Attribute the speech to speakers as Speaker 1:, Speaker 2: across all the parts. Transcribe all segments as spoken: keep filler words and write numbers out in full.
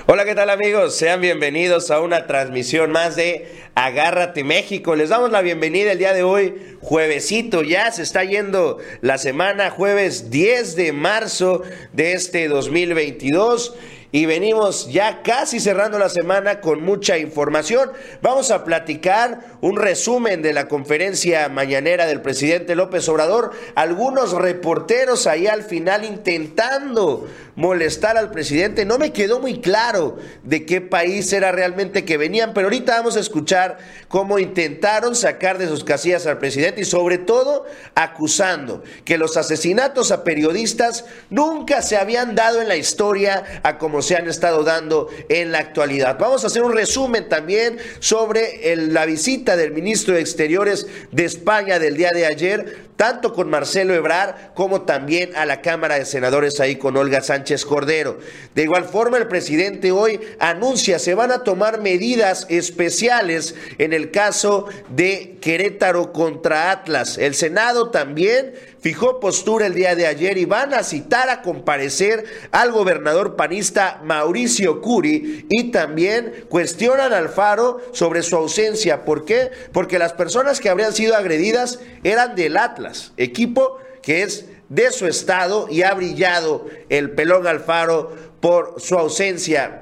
Speaker 1: Hola, ¿qué tal amigos? Sean bienvenidos a una transmisión más de Agárrate México. Les damos la bienvenida el día de hoy, juevesito, ya se está yendo la semana, jueves diez de marzo de este dos mil veintidós. Y venimos ya casi cerrando la semana con mucha información. Vamos a platicar un resumen de la conferencia mañanera del presidente López Obrador. Algunos reporteros ahí al final intentando molestar al presidente. No me quedó muy claro de qué país era realmente que venían, pero ahorita vamos a escuchar cómo intentaron sacar de sus casillas al presidente y sobre todo acusando que los asesinatos a periodistas nunca se habían dado en la historia a como se han estado dando en la actualidad. Vamos a hacer un resumen también sobre el, la visita del ministro de Exteriores de España del día de ayer, tanto con Marcelo Ebrard como también a la Cámara de Senadores ahí con Olga Sánchez Cordero. De igual forma, el presidente hoy anuncia se van a tomar medidas especiales en el caso de Querétaro contra Atlas. El Senado también fijó postura el día de ayer y van a citar a comparecer al gobernador panista Mauricio Curi y también cuestionan a Alfaro sobre su ausencia. ¿Por qué? Porque las personas que habrían sido agredidas eran del Atlas, equipo que es de su estado, y ha brillado el pelón Alfaro por su ausencia.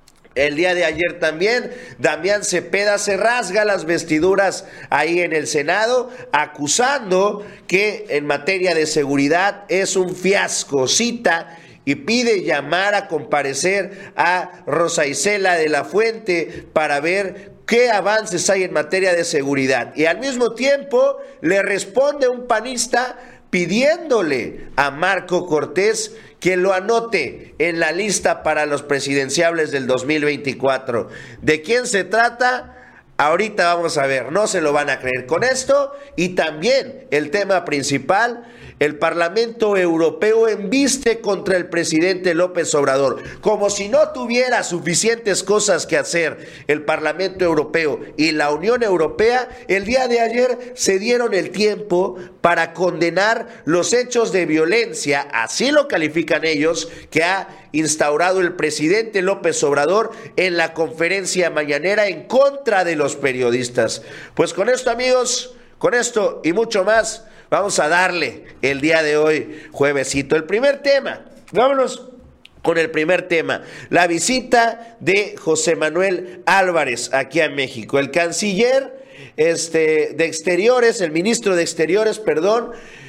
Speaker 1: El día de ayer también, Damián Cepeda se rasga las vestiduras ahí en el Senado, acusando que en materia de seguridad es un fiasco. Cita y pide llamar a comparecer a Rosa Isela de la Fuente para ver qué avances hay en materia de seguridad. Y al mismo tiempo le responde un panista pidiéndole a Marco Cortés que lo anote en la lista para los presidenciables del dos mil veinticuatro. ¿De quién se trata? Ahorita vamos a ver, no se lo van a creer con esto. Y también el tema principal, el Parlamento Europeo embiste contra el presidente López Obrador, como si no tuviera suficientes cosas que hacer. El Parlamento Europeo y la Unión Europea el día de ayer se dieron el tiempo para condenar los hechos de violencia, así lo califican ellos, que ha instaurado el presidente López Obrador en la conferencia mañanera en contra de los periodistas. Pues con esto, amigos, con esto y mucho más, vamos a darle el día de hoy, juevesito. El primer tema, vámonos con el primer tema, la visita de José Manuel Álvarez aquí a México. El canciller este, de Exteriores, el ministro de Exteriores, perdón,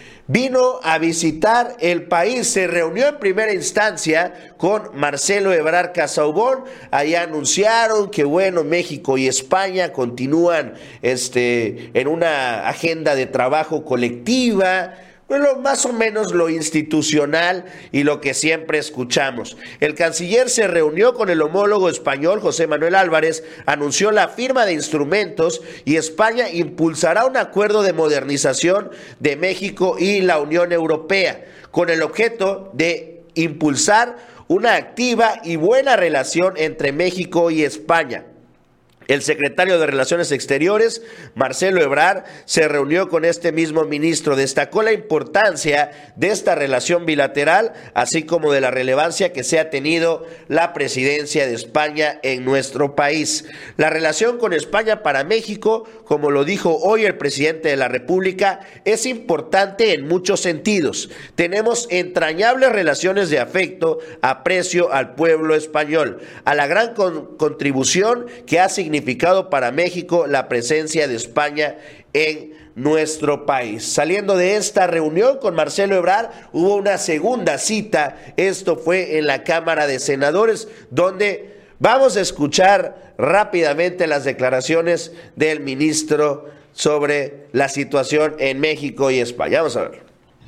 Speaker 1: vino a visitar el país, se reunió en primera instancia con Marcelo Ebrard Casaubon. Ahí anunciaron que bueno, México y España continúan este, en una agenda de trabajo colectiva, bueno, más o menos lo institucional y lo que siempre escuchamos. El canciller se reunió con el homólogo español José Manuel Álvarez, anunció la firma de instrumentos y España impulsará un acuerdo de modernización de México y la Unión Europea con el objeto de impulsar una activa y buena relación entre México y España. El secretario de Relaciones Exteriores, Marcelo Ebrard, se reunió con este mismo ministro. Destacó la importancia de esta relación bilateral, así como de la relevancia que se ha tenido la presidencia de España en nuestro país. La relación con España para México, como lo dijo hoy el presidente de la República, es importante en muchos sentidos. Tenemos entrañables relaciones de afecto, aprecio al pueblo español, a la gran con- contribución que ha significado significado para México la presencia de España en nuestro país. Saliendo de esta reunión con Marcelo Ebrard, hubo una segunda cita. Esto fue en la Cámara de Senadores, donde vamos a escuchar rápidamente las declaraciones del ministro sobre la situación en México y España. Vamos a ver.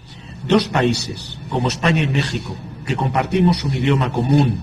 Speaker 2: Dos países, como España y México, que compartimos un idioma común.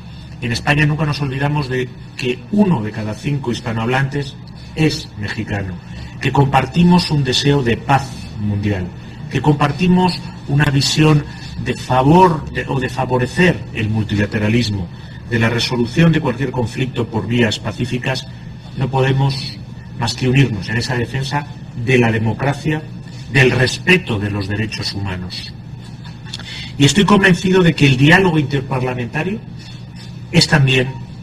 Speaker 2: En España nunca nos olvidamos de que uno de cada cinco hispanohablantes es mexicano, que compartimos un deseo de paz mundial, que compartimos una visión de favor de, o de favorecer el multilateralismo, de la resolución de cualquier conflicto por vías pacíficas. No podemos más que unirnos en esa defensa de la democracia, del respeto de los derechos humanos. Y estoy convencido de que el diálogo interparlamentario es también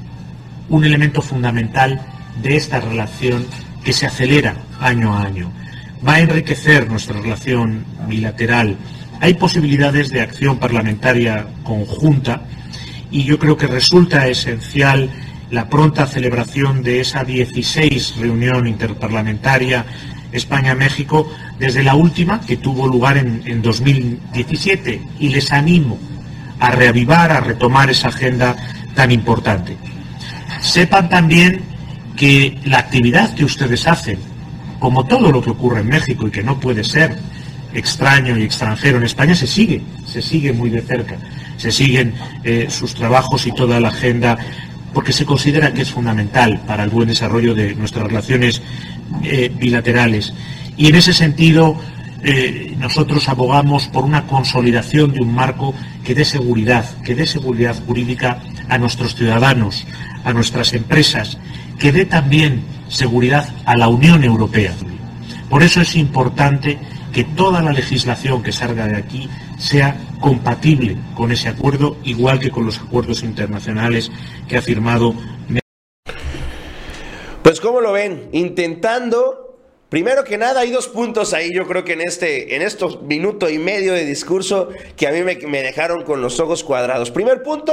Speaker 2: un elemento fundamental de esta relación que se acelera año a año. Va a enriquecer nuestra relación bilateral. Hay posibilidades de acción parlamentaria conjunta y yo creo que resulta esencial la pronta celebración de esa dieciséis reunión interparlamentaria España-México, desde la última que tuvo lugar en, en dos mil diecisiete, y les animo a reavivar, a retomar esa agenda tan importante. Sepan también que la actividad que ustedes hacen, como todo lo que ocurre en México y que no puede ser extraño y extranjero en España, se sigue, se sigue muy de cerca, se siguen eh, sus trabajos y toda la agenda, porque se considera que es fundamental para el buen desarrollo de nuestras relaciones eh, bilaterales. Y en ese sentido, eh, nosotros abogamos por una consolidación de un marco que dé seguridad, que dé seguridad jurídica a nuestros ciudadanos, a nuestras empresas, que dé también seguridad a la Unión Europea. Por eso es importante que toda la legislación que salga de aquí sea compatible con ese acuerdo, igual que con los acuerdos internacionales que ha firmado.
Speaker 1: Pues ¿cómo lo ven? Intentando, primero que nada hay dos puntos ahí, yo creo que en este, en estos minuto y medio de discurso que a mí me, me dejaron con los ojos cuadrados. Primer punto,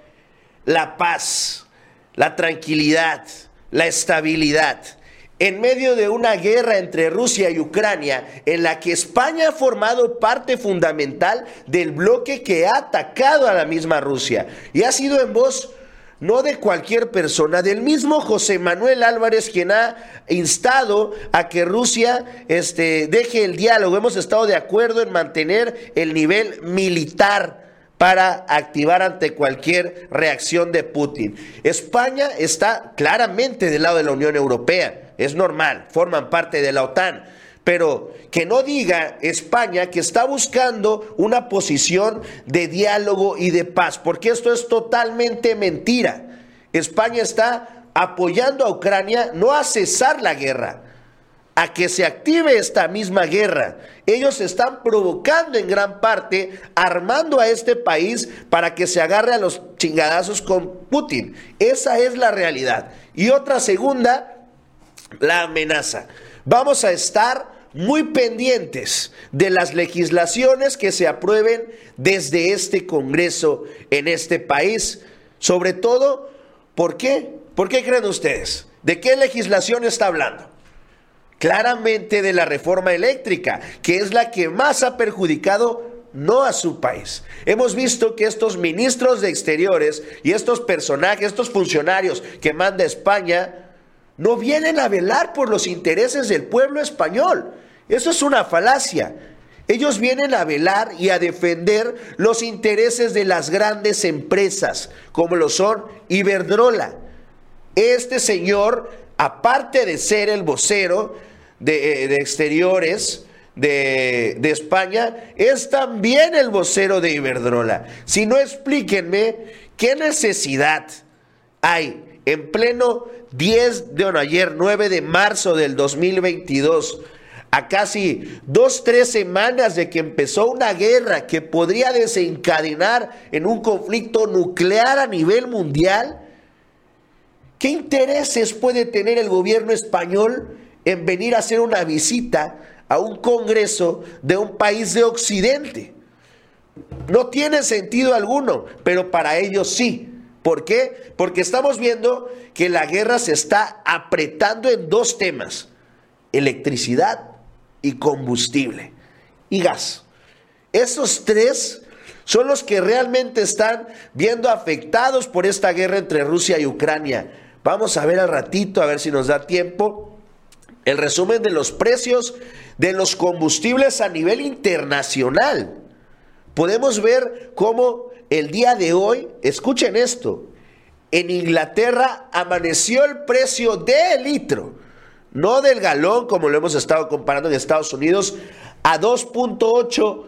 Speaker 1: la paz, la tranquilidad, la estabilidad. En medio de una guerra entre Rusia y Ucrania, en la que España ha formado parte fundamental del bloque que ha atacado a la misma Rusia. Y ha sido en voz no de cualquier persona, del mismo José Manuel Álvarez, quien ha instado a que Rusia este, deje el diálogo. Hemos estado de acuerdo en mantener el nivel militar para activar ante cualquier reacción de Putin. España está claramente del lado de la Unión Europea. Es normal, forman parte de la OTAN, pero que no diga España que está buscando una posición de diálogo y de paz, porque esto es totalmente mentira. España está apoyando a Ucrania no a cesar la guerra, a que se active esta misma guerra. Ellos están provocando en gran parte, armando a este país para que se agarre a los chingadazos con Putin. Esa es la realidad. Y otra segunda, la amenaza. Vamos a estar muy pendientes de las legislaciones que se aprueben desde este Congreso en este país. Sobre todo, ¿por qué? ¿Por qué creen ustedes? ¿De qué legislación está hablando? Claramente de la reforma eléctrica, que es la que más ha perjudicado no a su país. Hemos visto que estos ministros de Exteriores y estos personajes, estos funcionarios que manda España, no vienen a velar por los intereses del pueblo español. Eso es una falacia. Ellos vienen a velar y a defender los intereses de las grandes empresas, como lo son Iberdrola. Este señor, aparte de ser el vocero de, de Exteriores de, de España, es también el vocero de Iberdrola. Si no, explíquenme qué necesidad hay en pleno diez de bueno, ayer nueve de marzo del dos mil veintidós, a casi dos, tres semanas de que empezó una guerra que podría desencadenar en un conflicto nuclear a nivel mundial. ¿Qué intereses puede tener el gobierno español en venir a hacer una visita a un congreso de un país de Occidente? No tiene sentido alguno, pero para ellos sí. ¿Por qué? Porque estamos viendo que la guerra se está apretando en dos temas: electricidad y combustible y gas. Esos tres son los que realmente están viendo afectados por esta guerra entre Rusia y Ucrania. Vamos a ver al ratito, a ver si nos da tiempo, el resumen de los precios de los combustibles a nivel internacional. Podemos ver cómo el día de hoy, escuchen esto, en Inglaterra amaneció el precio del litro, no del galón como lo hemos estado comparando en Estados Unidos, a dos punto ocho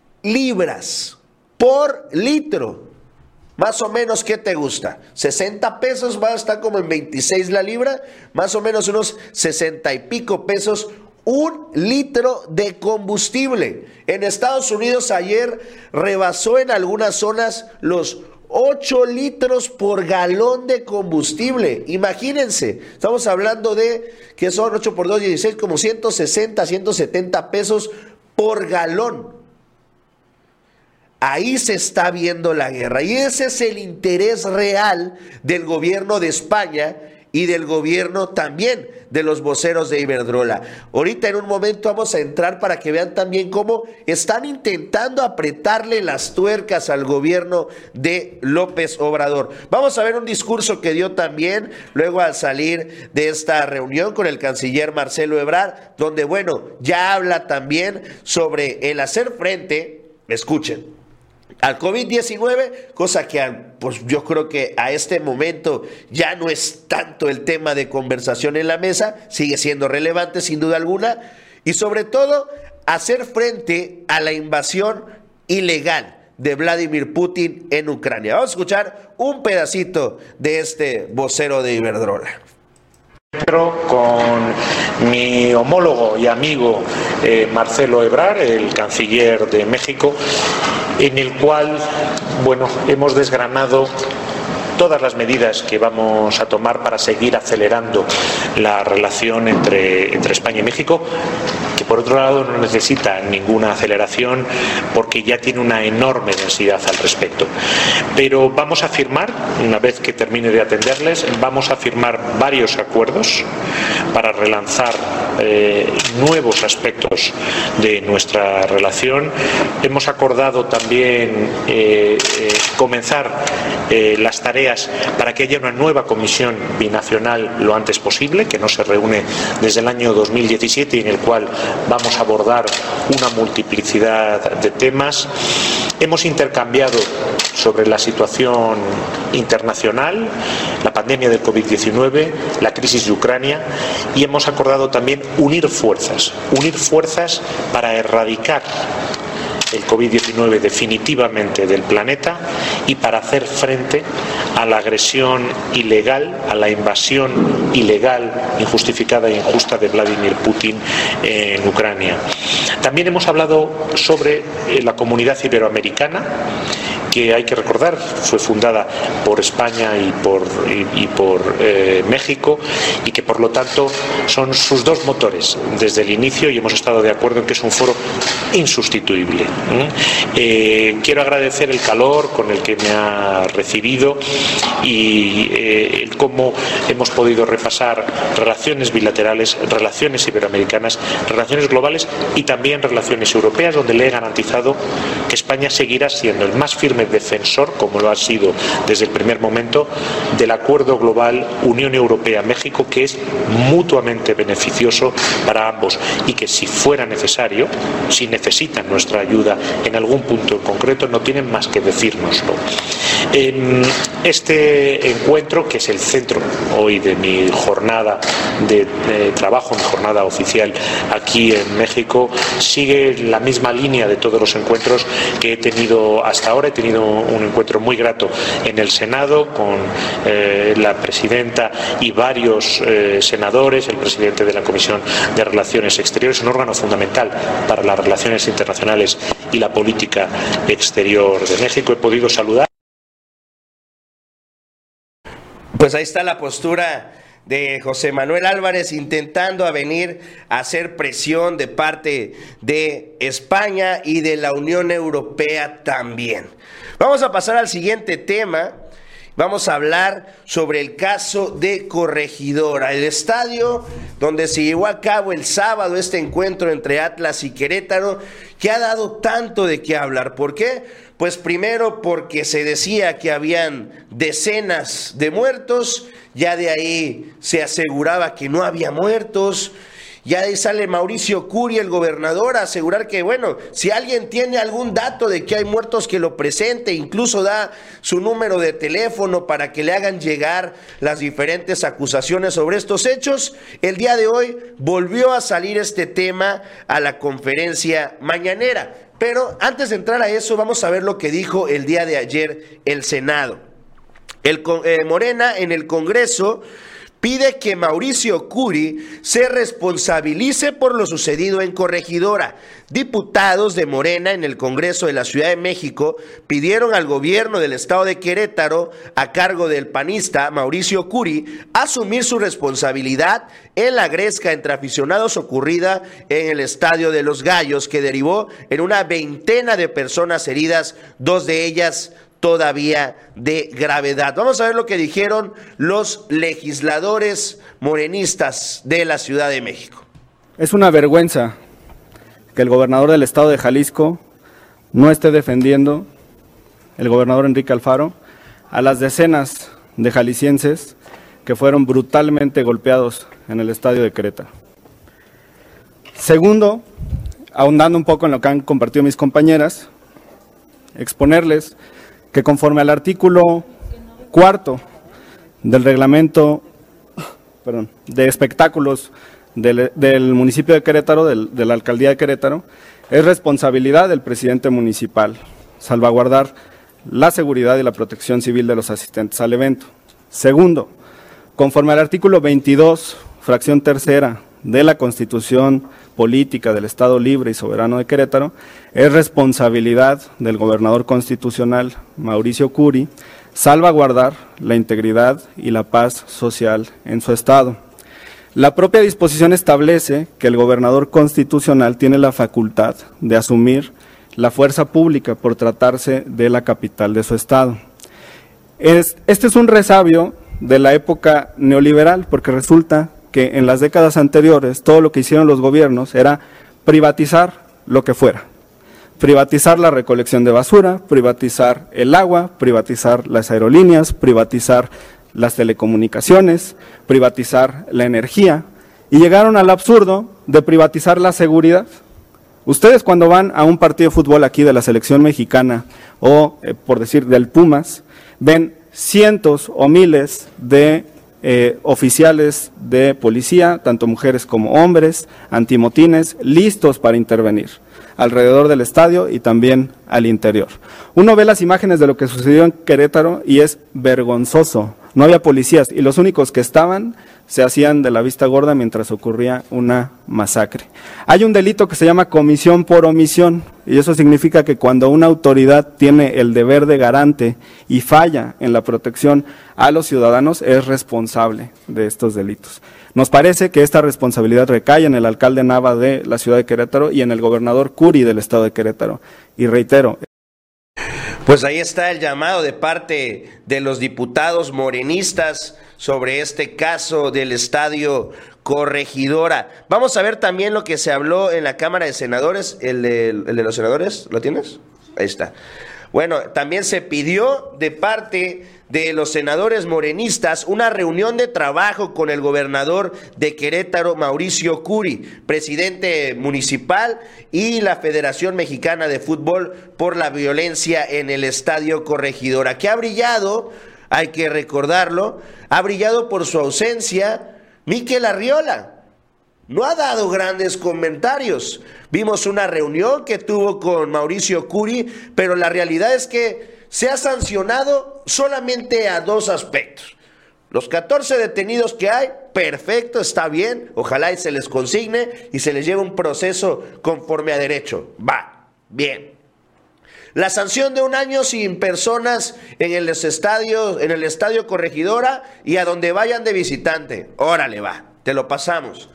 Speaker 1: libras por litro. Más o menos, ¿qué te gusta? sesenta pesos, va a estar como en veintiséis la libra, más o menos unos sesenta y pico pesos un litro de combustible. En Estados Unidos ayer rebasó en algunas zonas los ocho litros por galón de combustible. Imagínense, estamos hablando de que son ocho por dos, dieciséis, como ciento sesenta, ciento setenta pesos por galón. Ahí se está viendo la guerra y ese es el interés real del gobierno de España y del gobierno también de los voceros de Iberdrola. Ahorita en un momento vamos a entrar para que vean también cómo están intentando apretarle las tuercas al gobierno de López Obrador. Vamos a ver un discurso que dio también luego al salir de esta reunión con el canciller Marcelo Ebrard, donde bueno, ya habla también sobre el hacer frente, escuchen, al COVID diecinueve, cosa que pues yo creo que a este momento ya no es tanto el tema de conversación en la mesa, sigue siendo relevante sin duda alguna, y sobre todo hacer frente a la invasión ilegal de Vladimir Putin en Ucrania. Vamos a escuchar un pedacito de este vocero de Iberdrola.
Speaker 3: Con mi homólogo y amigo eh, Marcelo Ebrard, el canciller de México, en el cual, bueno, hemos desgranado todas las medidas que vamos a tomar para seguir acelerando la relación entre, entre España y México, que por otro lado no necesita ninguna aceleración porque ya tiene una enorme densidad al respecto. Pero vamos a firmar, una vez que termine de atenderles, vamos a firmar varios acuerdos para relanzar eh, nuevos aspectos de nuestra relación. Hemos acordado también eh, eh, comenzar eh, las tareas para que haya una nueva comisión binacional lo antes posible, que no se reúne desde el año dos mil diecisiete y en el cual vamos a abordar una multiplicidad de temas. Hemos intercambiado sobre la situación internacional, la pandemia del COVID diecinueve, la crisis de Ucrania, y hemos acordado también unir fuerzas, unir fuerzas para erradicar el COVID diecinueve definitivamente del planeta y para hacer frente a la agresión ilegal, a la invasión ilegal, injustificada e injusta de Vladimir Putin en Ucrania. También hemos hablado sobre la comunidad iberoamericana, que hay que recordar fue fundada por España y por, y, y por eh, México, y que por lo tanto son sus dos motores desde el inicio, y hemos estado de acuerdo en que es un foro insustituible. Eh, quiero agradecer el calor con el que me ha recibido y eh, el cómo hemos podido repasar relaciones bilaterales, relaciones iberoamericanas, relaciones globales y también relaciones europeas, donde le he garantizado que España seguirá siendo el más firme defensor, como lo ha sido desde el primer momento, del acuerdo global Unión Europea-México, que es mutuamente beneficioso para ambos y que, si fuera necesario, si necesitan nuestra ayuda en algún punto en concreto, no tienen más que decírnoslo. En este encuentro, que es el centro hoy de mi jornada de, de trabajo, mi jornada oficial aquí en México, sigue la misma línea de todos los encuentros que he tenido hasta ahora. He tenido un encuentro muy grato en el Senado con eh, la presidenta y varios eh, senadores, el presidente de la Comisión de Relaciones Exteriores, un órgano fundamental para las relaciones internacionales y la política exterior de México. He podido saludar.
Speaker 1: Pues ahí está la postura de José Manuel Álvarez, intentando a venir a hacer presión de parte de España y de la Unión Europea también. Vamos a pasar al siguiente tema. Vamos a hablar sobre el caso de Corregidora, el estadio donde se llevó a cabo el sábado este encuentro entre Atlas y Querétaro, que ha dado tanto de qué hablar. ¿Por qué? Pues primero porque se decía que habían decenas de muertos, ya de ahí se aseguraba que no había muertos. Ya de ahí sale Mauricio Curi, el gobernador, a asegurar que, bueno, si alguien tiene algún dato de que hay muertos, que lo presente, incluso da su número de teléfono para que le hagan llegar las diferentes acusaciones sobre estos hechos. El día de hoy volvió a salir este tema a la conferencia mañanera. Pero antes de entrar a eso, vamos a ver lo que dijo el día de ayer el Senado. El, eh, Morena en el Congreso pide que Mauricio Curi se responsabilice por lo sucedido en Corregidora. Diputados de Morena en el Congreso de la Ciudad de México pidieron al gobierno del estado de Querétaro, a cargo del panista Mauricio Curi, asumir su responsabilidad en la gresca entre aficionados ocurrida en el Estadio de los Gallos, que derivó en una veintena de personas heridas, dos de ellas todavía de gravedad. Vamos a ver lo que dijeron los legisladores morenistas de la Ciudad de México.
Speaker 4: Es una vergüenza que el gobernador del estado de Jalisco no esté defendiendo, el gobernador Enrique Alfaro, a las decenas de jaliscienses que fueron brutalmente golpeados en el estadio de Querétaro. Segundo, ahondando un poco en lo que han compartido mis compañeras, exponerles que conforme al artículo cuarto del reglamento perdón, de espectáculos del, del municipio de Querétaro, del, de la alcaldía de Querétaro, es responsabilidad del presidente municipal salvaguardar la seguridad y la protección civil de los asistentes al evento. Segundo, conforme al artículo veintidós, fracción tercera de la Constitución Política del Estado Libre y Soberano de Querétaro, es responsabilidad del gobernador constitucional Mauricio Curi salvaguardar la integridad y la paz social en su estado. La propia disposición establece que el gobernador constitucional tiene la facultad de asumir la fuerza pública por tratarse de la capital de su estado. Es, este es un resabio de la época neoliberal, porque resulta que en las décadas anteriores todo lo que hicieron los gobiernos era privatizar lo que fuera. Privatizar la recolección de basura, privatizar el agua, privatizar las aerolíneas, privatizar las telecomunicaciones, privatizar la energía, y llegaron al absurdo de privatizar la seguridad. Ustedes cuando van a un partido de fútbol aquí de la selección mexicana o, eh, por decir, del Pumas, ven cientos o miles de eh, oficiales de policía, tanto mujeres como hombres, antimotines, listos para intervenir alrededor del estadio y también al interior. Uno ve las imágenes de lo que sucedió en Querétaro y es vergonzoso. No había policías y los únicos que estaban se hacían de la vista gorda mientras ocurría una masacre. Hay un delito que se llama comisión por omisión, y eso significa que cuando una autoridad tiene el deber de garante y falla en la protección a los ciudadanos, es responsable de estos delitos. Nos parece que esta responsabilidad recae en el alcalde Nava de la ciudad de Querétaro y en el gobernador Curi del estado de Querétaro. Y reitero,
Speaker 1: pues ahí está el llamado de parte de los diputados morenistas sobre este caso del estadio Corregidora. Vamos a ver también lo que se habló en la Cámara de Senadores, el de, el de los senadores, ¿lo tienes? Ahí está. Bueno, también se pidió de parte de los senadores morenistas una reunión de trabajo con el gobernador de Querétaro, Mauricio Curi, presidente municipal, y la Federación Mexicana de Fútbol por la violencia en el estadio Corregidora, que ha brillado, hay que recordarlo, ha brillado por su ausencia Mikel Arriola. No ha dado grandes comentarios. Vimos una reunión que tuvo con Mauricio Curi, pero la realidad es que se ha sancionado solamente a dos aspectos. Los catorce detenidos que hay, perfecto, está bien, ojalá y se les consigne y se les lleve un proceso conforme a derecho. Va, bien. La sanción de un año sin personas en el estadio, en el estadio Corregidora y a donde vayan de visitante. Órale, va, te lo pasamos.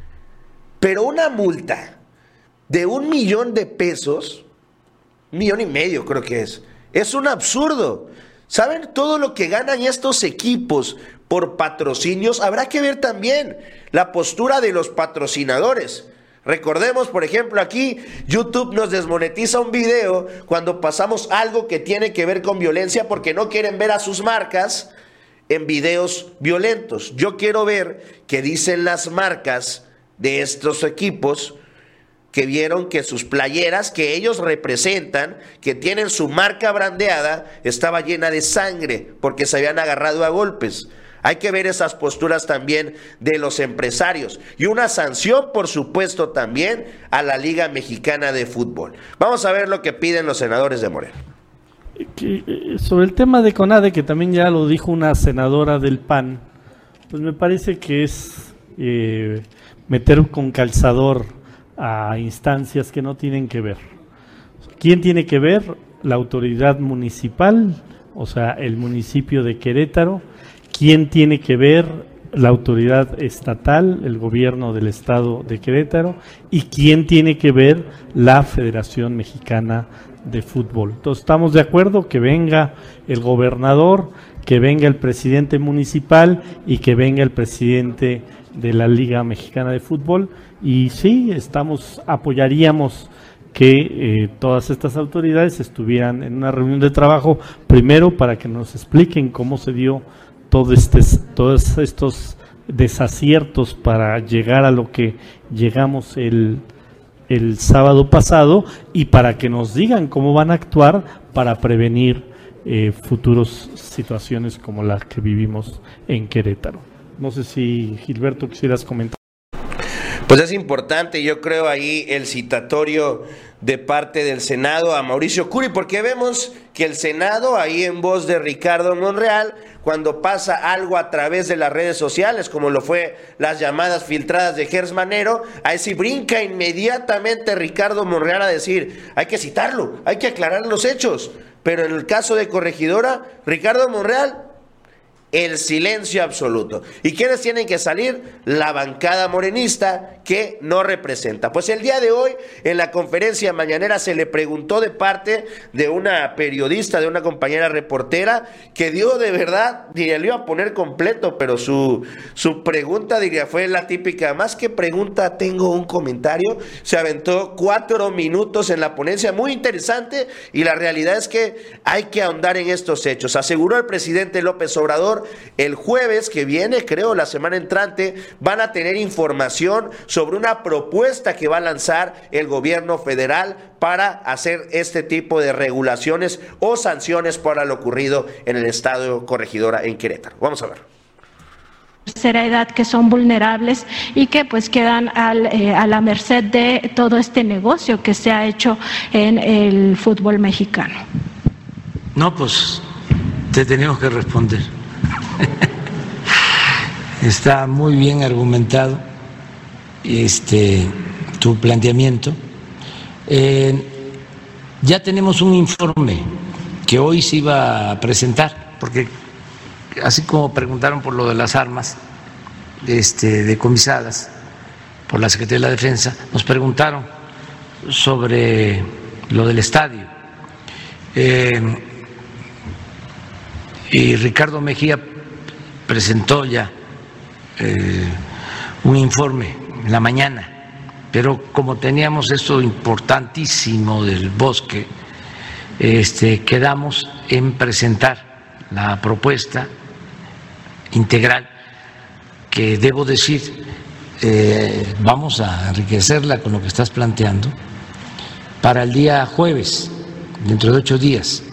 Speaker 1: Pero una multa de un millón de pesos, un millón y medio creo que es, es un absurdo. ¿Saben todo lo que ganan estos equipos por patrocinios? Habrá que ver también la postura de los patrocinadores. Recordemos, por ejemplo, aquí YouTube nos desmonetiza un video cuando pasamos algo que tiene que ver con violencia porque no quieren ver a sus marcas en videos violentos. Yo quiero ver qué dicen las marcas de estos equipos que vieron que sus playeras que ellos representan, que tienen su marca brandeada, estaba llena de sangre porque se habían agarrado a golpes. Hay que ver esas posturas también de los empresarios y una sanción, por supuesto, también a la Liga Mexicana de Fútbol. Vamos a ver lo que piden los senadores de Morena.
Speaker 5: Sobre el tema de CONADE, que también ya lo dijo una senadora del P A N, Pues me parece que es eh, meter con calzador a instancias que no tienen que ver. ¿Quién tiene que ver? La autoridad municipal, o sea, el municipio de Querétaro. ¿Quién tiene que ver? La autoridad estatal, el gobierno del estado de Querétaro. ¿Y quién tiene que ver? La Federación Mexicana de Fútbol. Entonces estamos de acuerdo que venga el gobernador, que venga el presidente municipal y que venga el presidente de la Liga Mexicana de Fútbol. Y sí, estamos, apoyaríamos que eh, todas estas autoridades estuvieran en una reunión de trabajo, primero para que nos expliquen cómo se dio todo este, todos estos desaciertos para llegar a lo que llegamos el, el sábado pasado, y para que nos digan cómo van a actuar para prevenir eh, futuras situaciones como las que vivimos en Querétaro. No sé si Gilberto quisieras comentar.
Speaker 1: Pues es importante, yo creo, ahí el citatorio de parte del Senado a Mauricio Curi, porque vemos que el Senado, ahí en voz de Ricardo Monreal, cuando pasa algo a través de las redes sociales, como lo fue las llamadas filtradas de Gers Manero, ahí sí brinca inmediatamente Ricardo Monreal a decir, hay que citarlo, hay que aclarar los hechos. Pero en el caso de Corregidora, Ricardo Monreal, el silencio absoluto. ¿Y quiénes tienen que salir? La bancada morenista, que no representa. Pues el día de hoy, en la conferencia mañanera, se le preguntó de parte de una periodista, de una compañera reportera, que dio de verdad, diría, le iba a poner completo, pero su, su pregunta, diría, fue la típica, más que pregunta, tengo un comentario. Se aventó cuatro minutos en la ponencia, muy interesante, y la realidad es que hay que ahondar en estos hechos. Aseguró el presidente López Obrador, el jueves que viene, creo la semana entrante, van a tener información sobre una propuesta que va a lanzar el gobierno federal para hacer este tipo de regulaciones o sanciones para lo ocurrido en el estado Corregidora en Querétaro. Vamos a ver.
Speaker 6: Tercera edad, que son vulnerables y que pues quedan al, eh, a la merced de todo este negocio que se ha hecho en el fútbol mexicano.
Speaker 7: No, pues te tenemos que responder. Está muy bien argumentado este tu planteamiento. Eh, ya tenemos un informe que hoy se iba a presentar, porque así como preguntaron por lo de las armas este, decomisadas por la Secretaría de la Defensa, nos preguntaron sobre lo del estadio. Eh, y Ricardo Mejía presentó ya eh, un informe en la mañana, pero como teníamos esto importantísimo del bosque, este, quedamos en presentar la propuesta integral, que debo decir, eh, vamos a enriquecerla con lo que estás planteando para el día jueves, dentro de ocho días.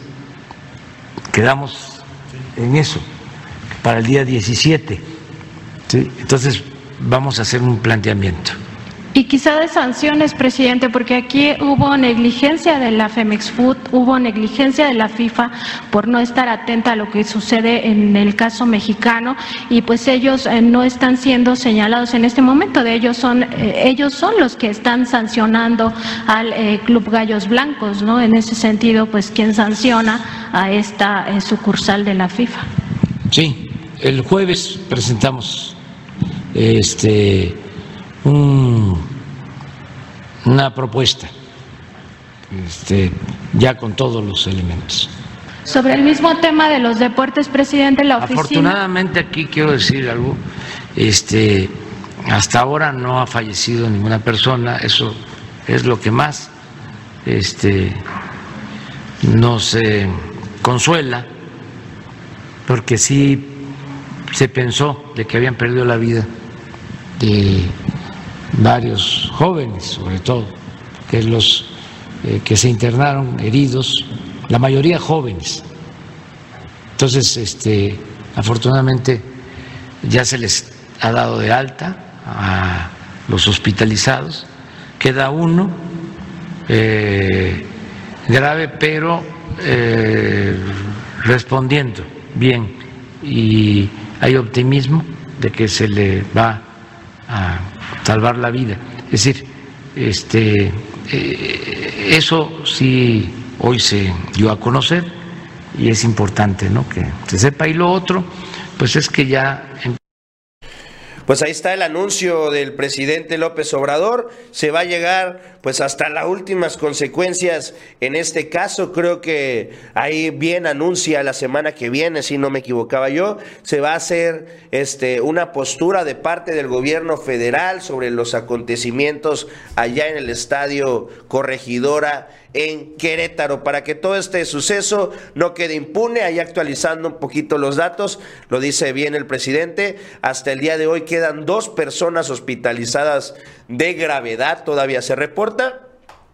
Speaker 7: Quedamos en eso, para el día diecisiete. ¿Sí? Entonces vamos a hacer un planteamiento.
Speaker 6: Y quizá de sanciones, presidente, porque aquí hubo negligencia de la Femex Food, hubo negligencia de la FIFA por no estar atenta a lo que sucede en el caso mexicano, y pues ellos eh, no están siendo señalados en este momento. De ellos son eh, ellos son los que están sancionando al eh, Club Gallos Blancos, ¿no? En ese sentido, pues quien sanciona a esta eh, sucursal de la FIFA.
Speaker 7: Sí, el jueves presentamos este un, una propuesta este, ya con todos los elementos.
Speaker 6: Sobre el mismo tema de los deportes, presidente, la oficina...
Speaker 7: Afortunadamente aquí quiero decir algo, este, hasta ahora no ha fallecido ninguna persona, eso es lo que más este, nos eh, consuela, porque sí se pensó de que habían perdido la vida de varios jóvenes, sobre todo, que los eh, que se internaron heridos, la mayoría jóvenes. Entonces, este, afortunadamente ya se les ha dado de alta a los hospitalizados. Queda uno eh, grave, pero eh, respondiendo bien, y hay optimismo de que se le va a salvar la vida. Es decir, este, eh, eso sí hoy se dio a conocer y es importante, ¿no?, que se sepa. Y lo otro, pues es que ya...
Speaker 1: Pues ahí está el anuncio del presidente López Obrador. Se va a llegar pues hasta las últimas consecuencias en este caso. Creo que ahí bien anuncia la semana que viene, si no me equivocaba yo, se va a hacer este una postura de parte del gobierno federal sobre los acontecimientos allá en el Estadio Corregidora en Querétaro, para que todo este suceso no quede impune. Ahí actualizando un poquito los datos, lo dice bien el presidente, hasta el día de hoy quedan dos personas hospitalizadas de gravedad, todavía se reporta.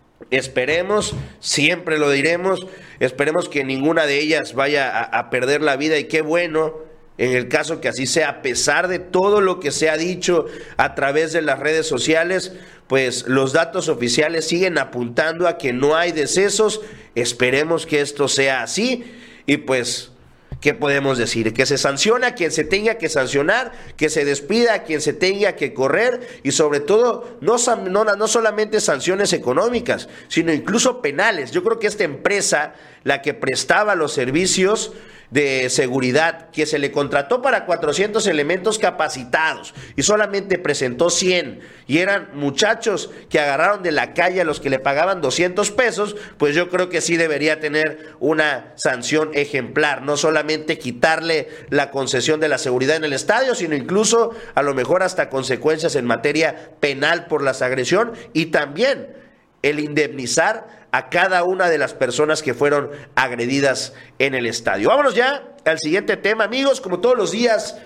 Speaker 1: Esperemos, siempre lo diremos, esperemos que ninguna de ellas vaya a, a perder la vida, y qué bueno en el caso que así sea, a pesar de todo lo que se ha dicho a través de las redes sociales. Pues los datos oficiales siguen apuntando a que no hay decesos. Esperemos que esto sea así y pues, ¿qué podemos decir? Que se sancione a quien se tenga que sancionar, que se despida a quien se tenga que correr, y sobre todo no, no, no solamente sanciones económicas, sino incluso penales. Yo creo que esta empresa, la que prestaba los servicios de seguridad, que se le contrató para cuatrocientos elementos capacitados y solamente presentó cien, y eran muchachos que agarraron de la calle a los que le pagaban doscientos pesos, pues yo creo que sí debería tener una sanción ejemplar, no solamente quitarle la concesión de la seguridad en el estadio, sino incluso a lo mejor hasta consecuencias en materia penal por las agresión, y también el indemnizar a cada una de las personas que fueron agredidas en el estadio. Vámonos ya al siguiente tema, amigos. Como todos los días,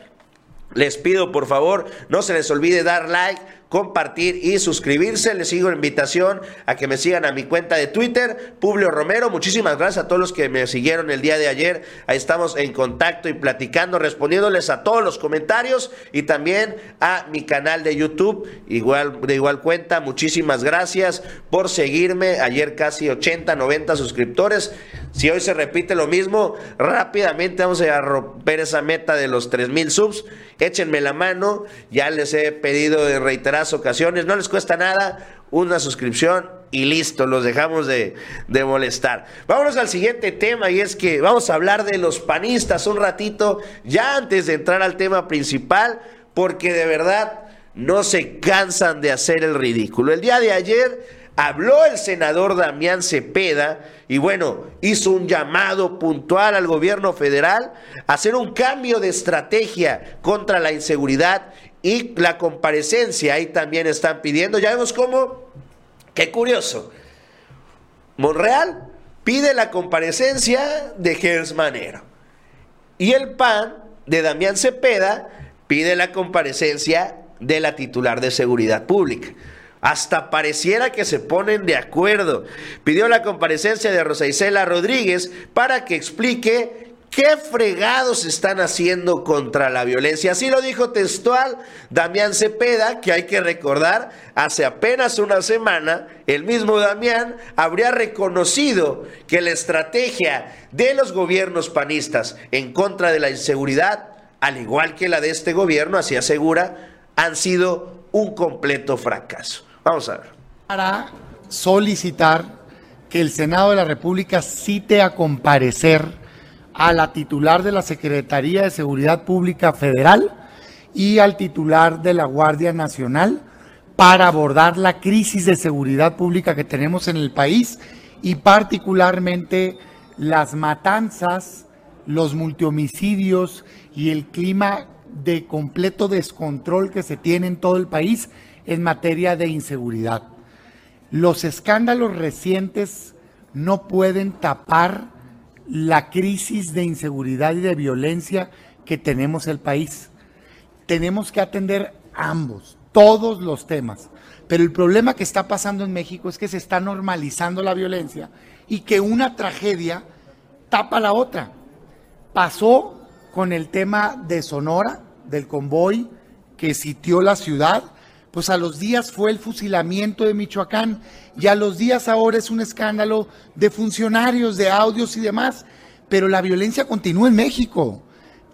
Speaker 1: les pido por favor, no se les olvide dar like, compartir y suscribirse. Les sigo la invitación a que me sigan a mi cuenta de Twitter, Publio Romero. Muchísimas gracias a todos los que me siguieron el día de ayer. Ahí estamos en contacto y platicando, respondiéndoles a todos los comentarios, y también a mi canal de YouTube, igual, de igual cuenta. Muchísimas gracias por seguirme. Ayer casi ochenta, noventa suscriptores. Si hoy se repite lo mismo, rápidamente vamos a romper esa meta de los tres mil subs. Échenme la mano, ya les he pedido en reiteradas ocasiones, no les cuesta nada, una suscripción y listo, los dejamos de, de molestar. Vámonos al siguiente tema, y es que vamos a hablar de los panistas un ratito, ya antes de entrar al tema principal, porque de verdad no se cansan de hacer el ridículo. El día de ayer habló el senador Damián Cepeda y bueno, hizo un llamado puntual al gobierno federal a hacer un cambio de estrategia contra la inseguridad y la comparecencia. Ahí también están pidiendo, ya vemos cómo, qué curioso, Monreal pide la comparecencia de Gers Manero y el P A N de Damián Cepeda pide la comparecencia de la titular de Seguridad Pública. Hasta pareciera que se ponen de acuerdo. Pidió la comparecencia de Rosa Isela Rodríguez para que explique qué fregados están haciendo contra la violencia. Así lo dijo textual Damián Cepeda, que hay que recordar, hace apenas una semana, el mismo Damián habría reconocido que la estrategia de los gobiernos panistas en contra de la inseguridad, al igual que la de este gobierno, así asegura, han sido un completo fracaso. Vamos a ver.
Speaker 8: Para solicitar que el Senado de la República cite a comparecer a la titular de la Secretaría de Seguridad Pública Federal y al titular de la Guardia Nacional para abordar la crisis de seguridad pública que tenemos en el país, y particularmente las matanzas, los multihomicidios y el clima de completo descontrol que se tiene en todo el país en materia de inseguridad. Los escándalos recientes no pueden tapar la crisis de inseguridad y de violencia que tenemos en el país. Tenemos que atender ambos, todos los temas. Pero el problema que está pasando en México es que se está normalizando la violencia y que una tragedia tapa la otra. Pasó con el tema de Sonora, del convoy que sitió la ciudad, pues a los días fue el fusilamiento de Michoacán, y a los días ahora es un escándalo de funcionarios, de audios y demás, pero la violencia continúa en México.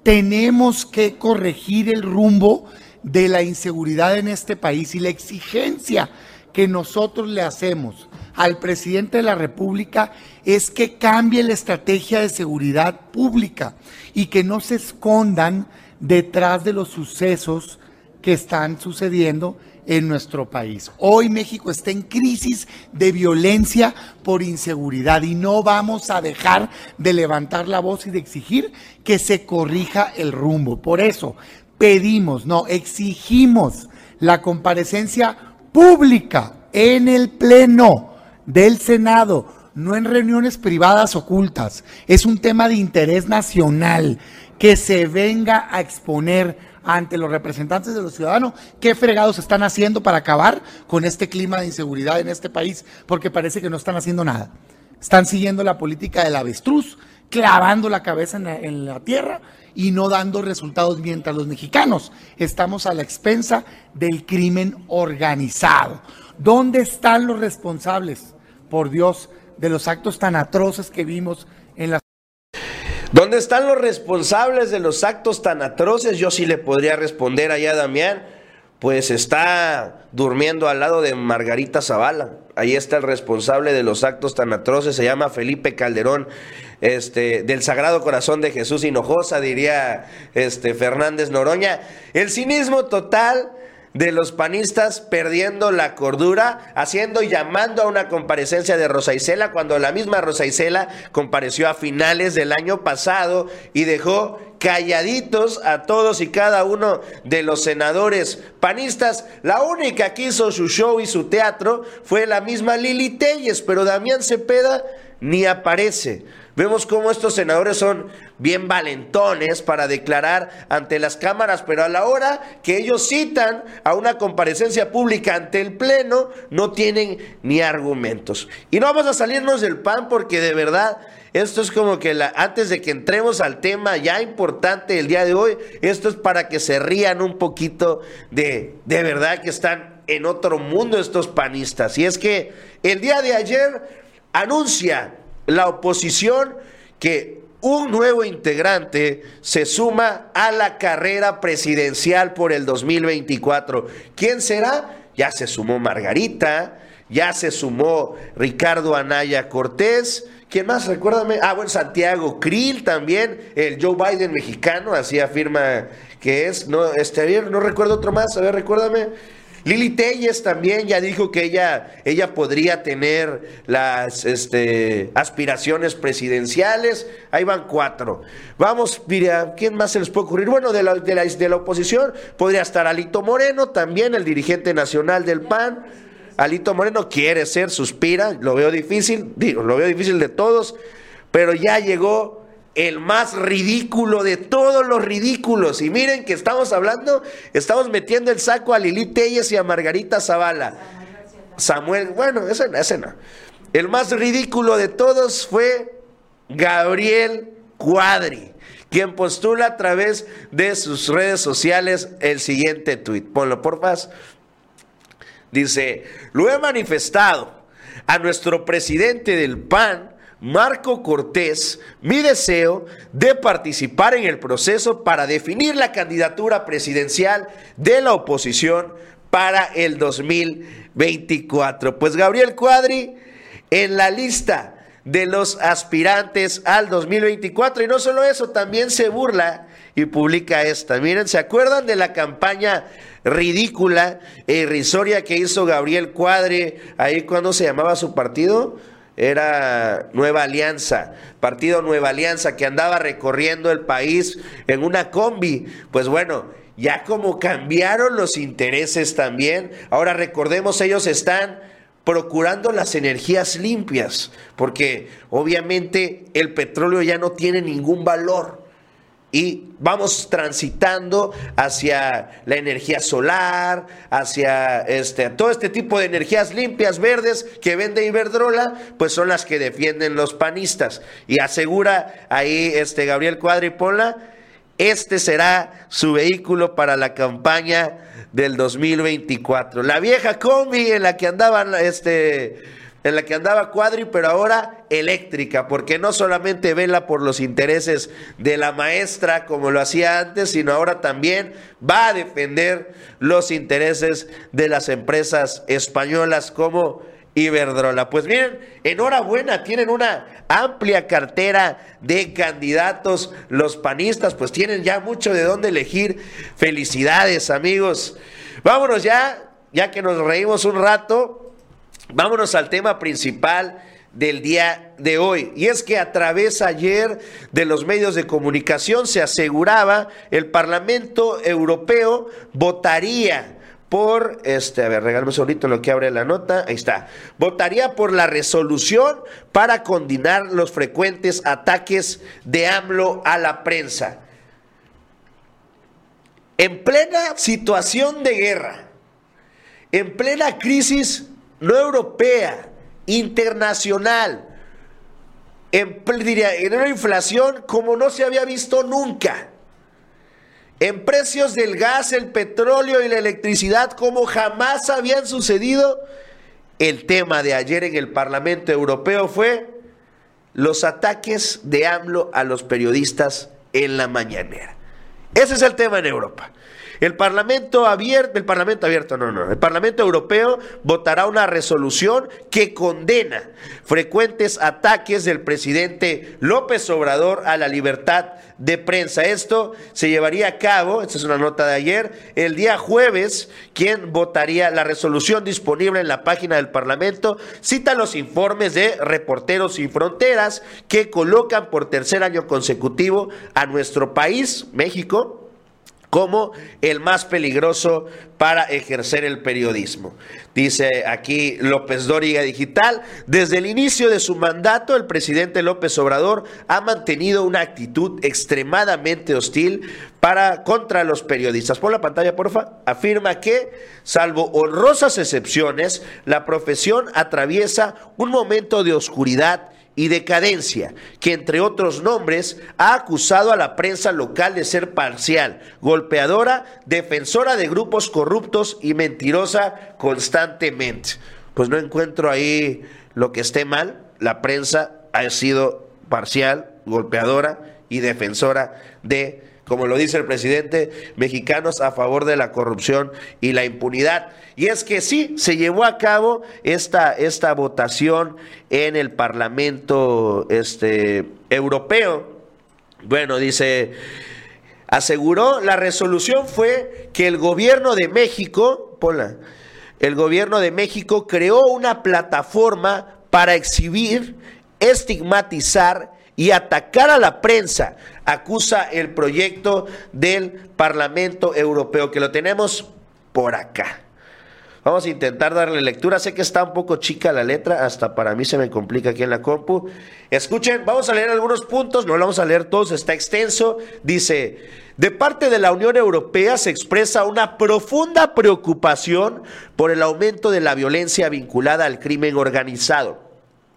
Speaker 8: Tenemos que corregir el rumbo de la inseguridad en este país, y la exigencia que nosotros le hacemos al presidente de la República es que cambie la estrategia de seguridad pública y que no se escondan detrás de los sucesos que están sucediendo en nuestro país. Hoy México está en crisis de violencia por inseguridad y no vamos a dejar de levantar la voz y de exigir que se corrija el rumbo. Por eso pedimos, no, exigimos la comparecencia pública en el Pleno del Senado, no en reuniones privadas ocultas. Es un tema de interés nacional, que se venga a exponer ante los representantes de los ciudadanos qué fregados están haciendo para acabar con este clima de inseguridad en este país, porque parece que no están haciendo nada. Están siguiendo la política del avestruz, clavando la cabeza en la, en la tierra y no dando resultados, mientras los mexicanos estamos a la expensa del crimen organizado. ¿Dónde están los responsables, por Dios, de los actos tan atroces que vimos en la...
Speaker 1: ¿Dónde están los responsables de los actos tan atroces? Yo sí le podría responder allá a Damián, pues está durmiendo al lado de Margarita Zavala. Ahí está el responsable de los actos tan atroces, se llama Felipe Calderón, este, del Sagrado Corazón de Jesús Hinojosa, diría este, Fernández Noroña. El cinismo total de los panistas perdiendo la cordura, haciendo y llamando a una comparecencia de Rosa Isela, cuando la misma Rosa Isela compareció a finales del año pasado y dejó calladitos a todos y cada uno de los senadores panistas. La única que hizo su show y su teatro fue la misma Lili Téllez, pero Damián Cepeda ni aparece. Vemos cómo estos senadores son bien valentones para declarar ante las cámaras, pero a la hora que ellos citan a una comparecencia pública ante el Pleno, no tienen ni argumentos. Y no vamos a salirnos del P A N, porque de verdad esto es como que la, antes de que entremos al tema ya importante del día de hoy, esto es para que se rían un poquito de, de verdad que están en otro mundo estos panistas. Y es que el día de ayer anuncia la oposición que un nuevo integrante se suma a la carrera presidencial por el dos mil veinticuatro. ¿Quién será? Ya se sumó Margarita, ya se sumó Ricardo Anaya Cortés. ¿Quién más? Recuérdame. Ah, bueno, Santiago Krill también, el Joe Biden mexicano, así afirma que es. No, este, a ver, no recuerdo otro más, a ver, recuérdame. Lili Téllez también ya dijo que ella, ella podría tener las este, aspiraciones presidenciales. Ahí van cuatro. Vamos, mira, ¿quién más se les puede ocurrir? Bueno, de la, de la, de la oposición podría estar Alito Moreno, también el dirigente nacional del P A N. Alito Moreno quiere ser, suspira, lo veo difícil, digo, lo veo difícil de todos, pero ya llegó el más ridículo de todos los ridículos. Y miren que estamos hablando, estamos metiendo el saco a Lili Téllez y a Margarita Zavala. Samuel, bueno, ese, ese no. El más ridículo de todos fue Gabriel Cuadri, quien postula a través de sus redes sociales el siguiente tuit. Ponlo, porfa. Dice: lo he manifestado a nuestro presidente del P A N, Marco Cortés, mi deseo de participar en el proceso para definir la candidatura presidencial de la oposición para el dos mil veinticuatro. Pues Gabriel Cuadri en la lista de los aspirantes al dos mil veinticuatro, y no solo eso, también se burla y publica esta. Miren, ¿se acuerdan de la campaña ridícula e irrisoria que hizo Gabriel Cuadri ahí cuando se llamaba su partido? Era Nueva Alianza, Partido Nueva Alianza, que andaba recorriendo el país en una combi. Pues bueno, ya como cambiaron los intereses también, ahora recordemos, ellos están procurando las energías limpias, porque obviamente el petróleo ya no tiene ningún valor. Y vamos transitando hacia la energía solar, hacia este, todo este tipo de energías limpias, verdes, que vende Iberdrola, pues son las que defienden los panistas. Y asegura ahí este Gabriel Cuadri, ponla, este será su vehículo para la campaña del dos mil veinticuatro. La vieja combi en la que andaban este, en la que andaba cuadri, pero ahora eléctrica, porque no solamente vela por los intereses de la maestra como lo hacía antes, sino ahora también va a defender los intereses de las empresas españolas como Iberdrola. Pues miren, enhorabuena, tienen una amplia cartera de candidatos los panistas, pues tienen ya mucho de dónde elegir. Felicidades, amigos. Vámonos ya, ya que nos reímos un rato. Vámonos al tema principal del día de hoy, y es que a través ayer de los medios de comunicación se aseguraba el Parlamento Europeo votaría por, este, a ver, regálame un segundito lo que abre la nota, ahí está, votaría por la resolución para condenar los frecuentes ataques de AMLO a la prensa. En plena situación de guerra, en plena crisis no europea, internacional, en, diría, en una inflación como no se había visto nunca, en precios del gas, el petróleo y la electricidad como jamás habían sucedido. El tema de ayer en el Parlamento Europeo fue los ataques de AMLO a los periodistas en la mañanera. Ese es el tema en Europa. El Parlamento abierto, el Parlamento abierto, no, no, el Parlamento Europeo votará una resolución que condena frecuentes ataques del presidente López Obrador a la libertad de prensa. Esto se llevaría a cabo, esta es una nota de ayer, el día jueves. Quien votaría la resolución disponible en la página del Parlamento cita los informes de Reporteros Sin Fronteras que colocan por tercer año consecutivo a nuestro país, México, como el más peligroso para ejercer el periodismo. Dice aquí López Dóriga Digital, desde el inicio de su mandato, el presidente López Obrador ha mantenido una actitud extremadamente hostil para contra los periodistas. Pon la pantalla, porfa. Afirma que, salvo honrosas excepciones, la profesión atraviesa un momento de oscuridad y decadencia, que entre otros nombres ha acusado a la prensa local de ser parcial, golpeadora, defensora de grupos corruptos y mentirosa constantemente. Pues no encuentro ahí lo que esté mal. La prensa ha sido parcial, golpeadora y defensora de, como lo dice el presidente, mexicanos a favor de la corrupción y la impunidad. Y es que sí, se llevó a cabo esta, esta votación en el Parlamento este, Europeo. Bueno, dice, aseguró, la resolución fue que el gobierno de México, ponla, el gobierno de México creó una plataforma para exhibir, estigmatizar y atacar a la prensa. Acusa el proyecto del Parlamento Europeo, que lo tenemos por acá. Vamos a intentar darle lectura. Sé que está un poco chica la letra, hasta para mí se me complica aquí en la compu. Escuchen, vamos a leer algunos puntos, no lo vamos a leer todos, está extenso. Dice, de parte de la Unión Europea se expresa una profunda preocupación por el aumento de la violencia vinculada al crimen organizado,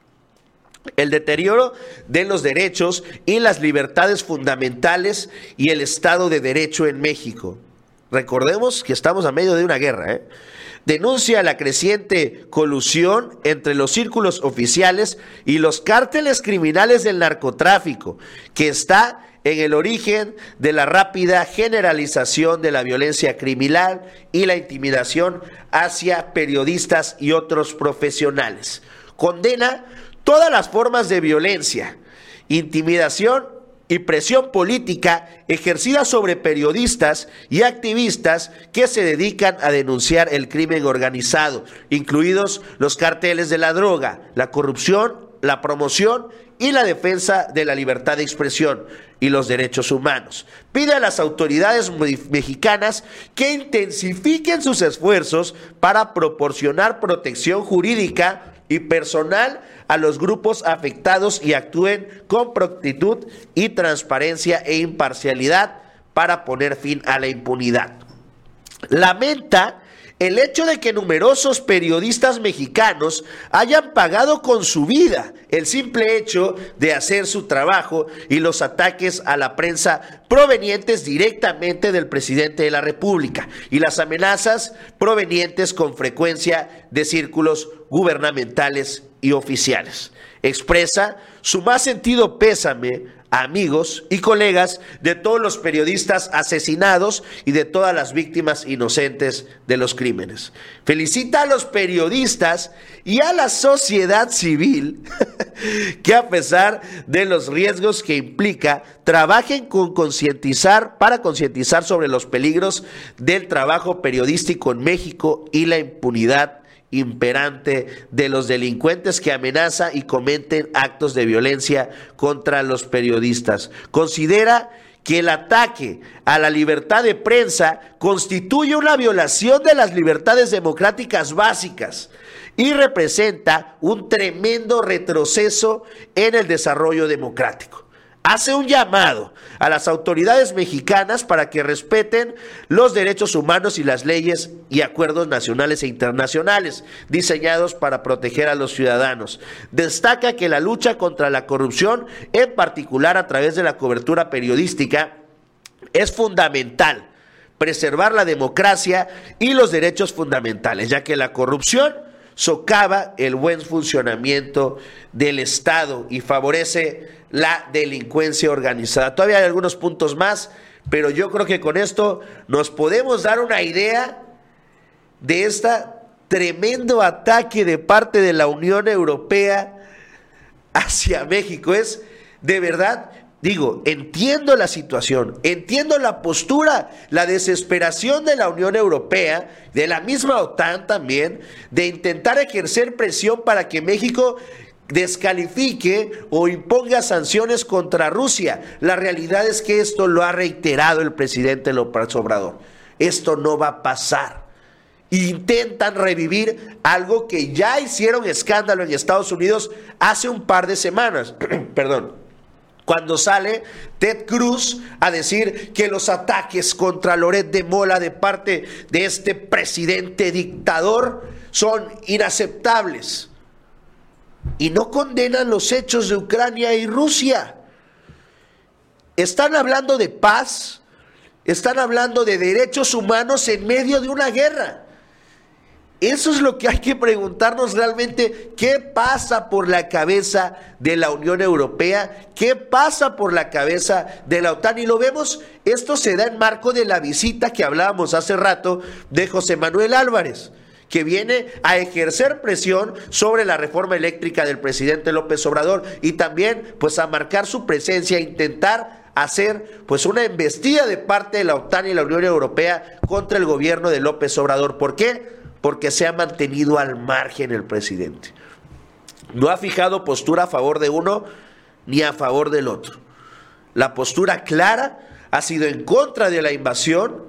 Speaker 1: el deterioro de los derechos y las libertades fundamentales y el Estado de Derecho en México. Recordemos que estamos a medio de una guerra, ¿eh? Denuncia la creciente colusión entre los círculos oficiales y los cárteles criminales del narcotráfico, que está en el origen de la rápida generalización de la violencia criminal y la intimidación hacia periodistas y otros profesionales. Condena todas las formas de violencia, intimidación y presión política ejercida sobre periodistas y activistas que se dedican a denunciar el crimen organizado, incluidos los cárteles de la droga, la corrupción, la promoción y la defensa de la libertad de expresión y los derechos humanos. Pide a las autoridades mexicanas que intensifiquen sus esfuerzos para proporcionar protección jurídica y personal a los grupos afectados y actúen con prontitud y transparencia e imparcialidad para poner fin a la impunidad. Lamenta el hecho de que numerosos periodistas mexicanos hayan pagado con su vida el simple hecho de hacer su trabajo y los ataques a la prensa provenientes directamente del presidente de la República y las amenazas provenientes con frecuencia de círculos gubernamentales y oficiales. Expresa su más sentido pésame a amigos y colegas de todos los periodistas asesinados y de todas las víctimas inocentes de los crímenes. Felicita a los periodistas y a la sociedad civil que, a pesar de los riesgos que implica, trabajen con concientizar para concientizar sobre los peligros del trabajo periodístico en México y la impunidad imperante de los delincuentes que amenazan y cometen actos de violencia contra los periodistas. Considera que el ataque a la libertad de prensa constituye una violación de las libertades democráticas básicas y representa un tremendo retroceso en el desarrollo democrático. Hace un llamado a las autoridades mexicanas para que respeten los derechos humanos y las leyes y acuerdos nacionales e internacionales diseñados para proteger a los ciudadanos. Destaca que la lucha contra la corrupción, en particular a través de la cobertura periodística, es fundamental. Preservar la democracia y los derechos fundamentales, ya que la corrupción socava el buen funcionamiento del Estado y favorece la delincuencia organizada. Todavía hay algunos puntos más, pero yo creo que con esto nos podemos dar una idea de este tremendo ataque de parte de la Unión Europea hacia México. Es de verdad, digo, entiendo la situación, entiendo la postura, la desesperación de la Unión Europea, de la misma OTAN también, de intentar ejercer presión para que México descalifique o imponga sanciones contra Rusia. La realidad es que esto lo ha reiterado el presidente López Obrador. Esto no va a pasar. Intentan revivir algo que ya hicieron escándalo en Estados Unidos hace un par de semanas. Perdón. Cuando sale Ted Cruz a decir que los ataques contra Loret de Mola de parte de este presidente dictador son inaceptables. Y no condenan los hechos de Ucrania y Rusia. Están hablando de paz, están hablando de derechos humanos en medio de una guerra. Eso es lo que hay que preguntarnos realmente. ¿Qué pasa por la cabeza de la Unión Europea? ¿Qué pasa por la cabeza de la OTAN? Y lo vemos, esto se da en marco de la visita que hablábamos hace rato de José Manuel Álvarez, que viene a ejercer presión sobre la reforma eléctrica del presidente López Obrador y también pues a marcar su presencia, a intentar hacer pues una embestida de parte de la OTAN y la Unión Europea contra el gobierno de López Obrador. ¿Por qué? Porque se ha mantenido al margen el presidente. No ha fijado postura a favor de uno ni a favor del otro. La postura clara ha sido en contra de la invasión,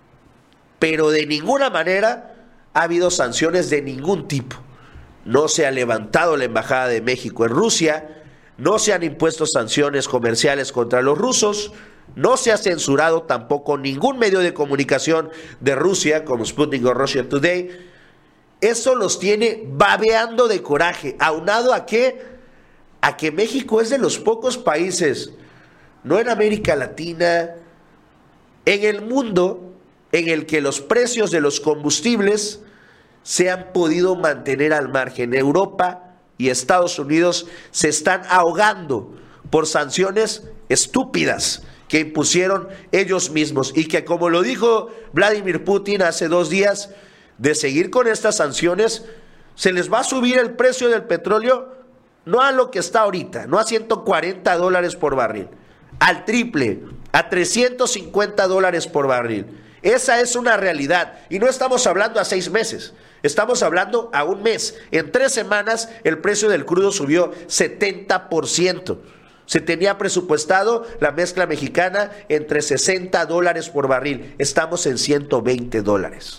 Speaker 1: pero de ninguna manera ha habido sanciones de ningún tipo. No se ha levantado la embajada de México en Rusia, no se han impuesto sanciones comerciales contra los rusos, no se ha censurado tampoco ningún medio de comunicación de Rusia como Sputnik o Russia Today. Eso los tiene babeando de coraje, aunado a que, a que México es de los pocos países, no en América Latina, en el mundo, en el que los precios de los combustibles se han podido mantener al margen. Europa y Estados Unidos se están ahogando por sanciones estúpidas que impusieron ellos mismos y que, como lo dijo Vladimir Putin hace dos días, de seguir con estas sanciones, se les va a subir el precio del petróleo, no a lo que está ahorita, no a ciento cuarenta dólares por barril, al triple, a trescientos cincuenta dólares por barril. Esa es una realidad y no estamos hablando a seis meses, estamos hablando a un mes. En tres semanas el precio del crudo subió setenta por ciento. Se tenía presupuestado la mezcla mexicana entre sesenta dólares por barril. Estamos en ciento veinte dólares.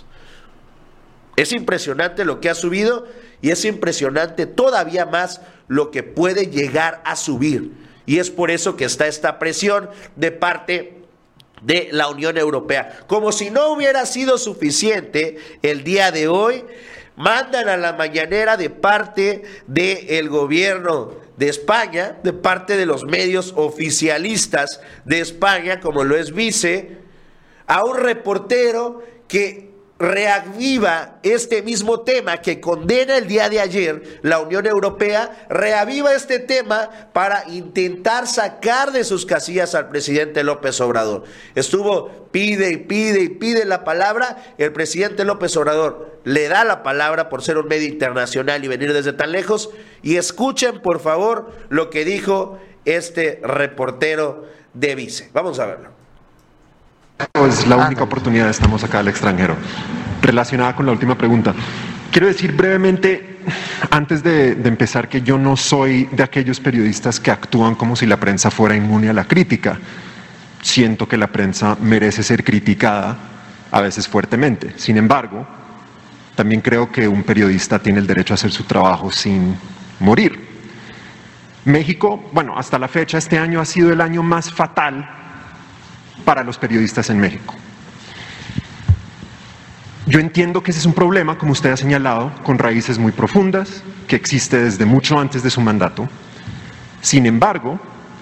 Speaker 1: Es impresionante lo que ha subido y es impresionante todavía más lo que puede llegar a subir. Y es por eso que está esta presión de parte de la Unión Europea. Como si no hubiera sido suficiente, el día de hoy mandan a la mañanera de parte del gobierno de España, de parte de los medios oficialistas de España, como lo es Vice, a un reportero que reaviva este mismo tema que condena el día de ayer la Unión Europea, reaviva este tema para intentar sacar de sus casillas al presidente López Obrador. Estuvo pide y pide y pide la palabra, el presidente López Obrador le da la palabra por ser un medio internacional y venir desde tan lejos, y escuchen por favor lo que dijo este reportero de Vice. Vamos a verlo.
Speaker 9: Es la única oportunidad, estamos acá al extranjero. Relacionada con la última pregunta, quiero decir brevemente, antes de, de empezar, que yo no soy de aquellos periodistas que actúan como si la prensa fuera inmune a la crítica. Siento que la prensa merece ser criticada, a veces fuertemente. Sin embargo, también creo que un periodista tiene el derecho a hacer su trabajo sin morir. México, bueno, hasta la fecha, este año ha sido el año más fatal para los periodistas en México. Yo entiendo que ese es un problema, como usted ha señalado, con raíces muy profundas, que existe desde mucho antes de su mandato. Sin embargo,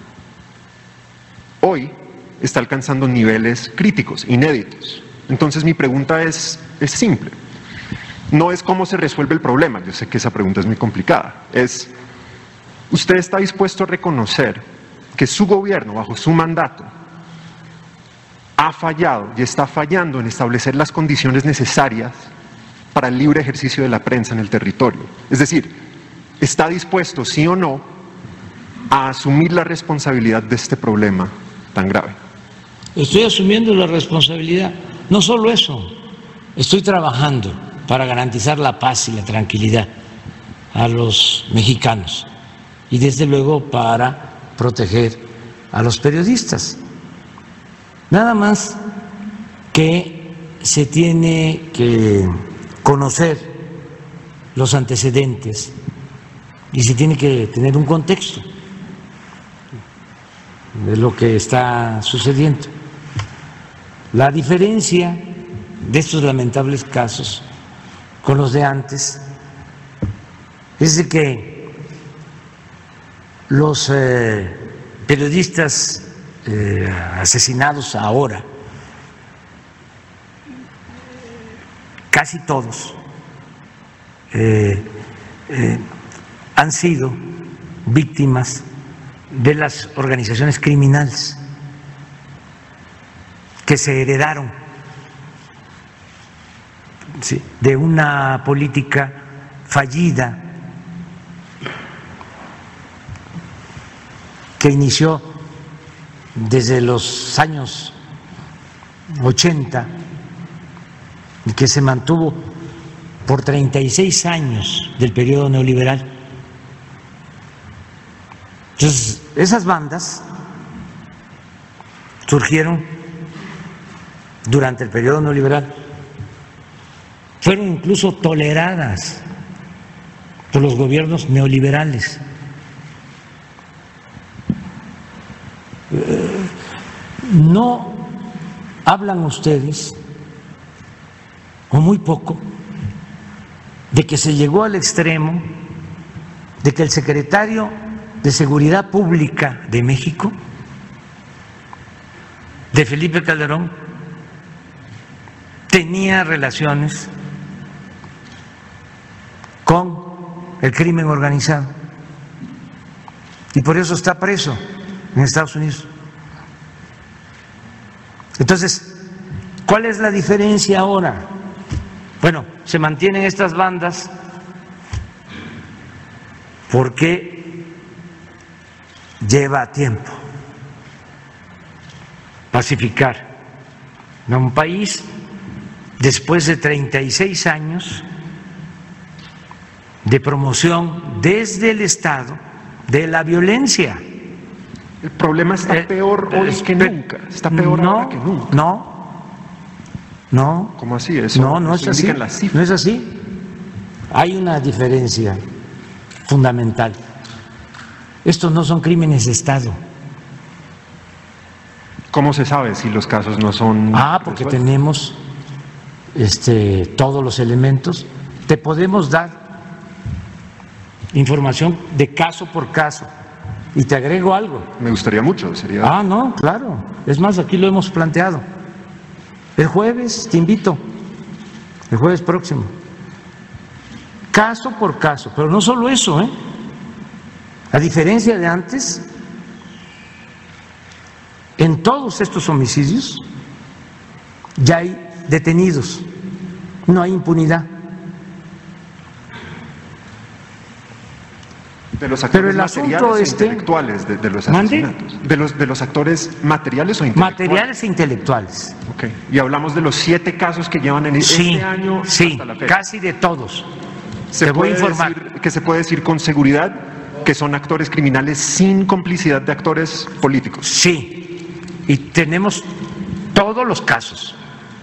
Speaker 9: hoy está alcanzando niveles críticos, inéditos. Entonces mi pregunta es, es simple. No es cómo se resuelve el problema, yo sé que esa pregunta es muy complicada. Es, ¿usted está dispuesto a reconocer que su gobierno, bajo su mandato, ha fallado y está fallando en establecer las condiciones necesarias para el libre ejercicio de la prensa en el territorio? Es decir, ¿está dispuesto, sí o no, a asumir la responsabilidad de este problema tan grave?
Speaker 7: Estoy asumiendo la responsabilidad. No solo eso, estoy trabajando para garantizar la paz y la tranquilidad a los mexicanos y desde luego para proteger a los periodistas. Nada más que se tiene que conocer los antecedentes y se tiene que tener un contexto de lo que está sucediendo. La diferencia de estos lamentables casos con los de antes es de que los eh, periodistas Eh, asesinados ahora, casi todos eh, eh, han sido víctimas de las organizaciones criminales que se heredaron, ¿sí?, de una política fallida que inició desde los años ochenta y que se mantuvo por treinta y seis años del periodo neoliberal. Entonces, esas bandas surgieron durante el periodo neoliberal, fueron incluso toleradas por los gobiernos neoliberales. No hablan ustedes, o muy poco, de que se llegó al extremo de que el secretario de Seguridad Pública de México, de Felipe Calderón, tenía relaciones con el crimen organizado y por eso está preso en Estados Unidos. Entonces, ¿cuál es la diferencia ahora? Bueno, se mantienen estas bandas porque lleva tiempo pacificar a un país después de treinta y seis años de promoción desde el Estado de la violencia.
Speaker 9: El problema está eh, peor hoy eh, que nunca. Está peor
Speaker 7: no,
Speaker 9: ahora que nunca.
Speaker 7: No, no.
Speaker 9: ¿Cómo así? Eso,
Speaker 7: no, no
Speaker 9: eso
Speaker 7: es así.
Speaker 9: Las cifras.
Speaker 7: No es así. Hay una diferencia fundamental. Estos no son crímenes de Estado.
Speaker 9: ¿Cómo se sabe si los casos no son?
Speaker 7: Ah, porque resueltos? Tenemos este, todos los elementos. Te podemos dar información de caso por caso. Y te agrego algo.
Speaker 9: Me gustaría mucho, sería.
Speaker 7: Ah, no, claro. Es más, aquí lo hemos planteado. El jueves te invito el jueves próximo. Caso por caso, pero no solo eso, ¿eh? A diferencia de antes, en todos estos homicidios ya hay detenidos, no hay impunidad.
Speaker 9: De los actores
Speaker 7: Pero el
Speaker 9: materiales
Speaker 7: asunto
Speaker 9: o
Speaker 7: este,
Speaker 9: intelectuales de, de los
Speaker 7: ¿mande?
Speaker 9: asesinatos. De los, de los actores materiales o intelectuales.
Speaker 7: Materiales e intelectuales.
Speaker 9: Ok. Y hablamos de los siete casos que llevan en
Speaker 7: Sí,
Speaker 9: este año
Speaker 7: sí,
Speaker 9: hasta la fecha.
Speaker 7: casi de todos.
Speaker 9: Se
Speaker 7: Te voy a
Speaker 9: puede
Speaker 7: informar.
Speaker 9: decir- que se puede decir con seguridad que son actores criminales sin complicidad de actores políticos.
Speaker 7: Sí, y tenemos todos los casos.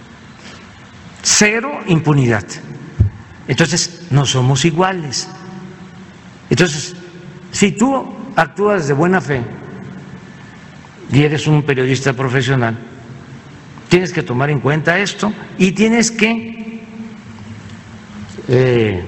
Speaker 7: Cero impunidad. Entonces, no somos iguales. Entonces, si tú actúas de buena fe y eres un periodista profesional, tienes que tomar en cuenta esto y tienes que eh,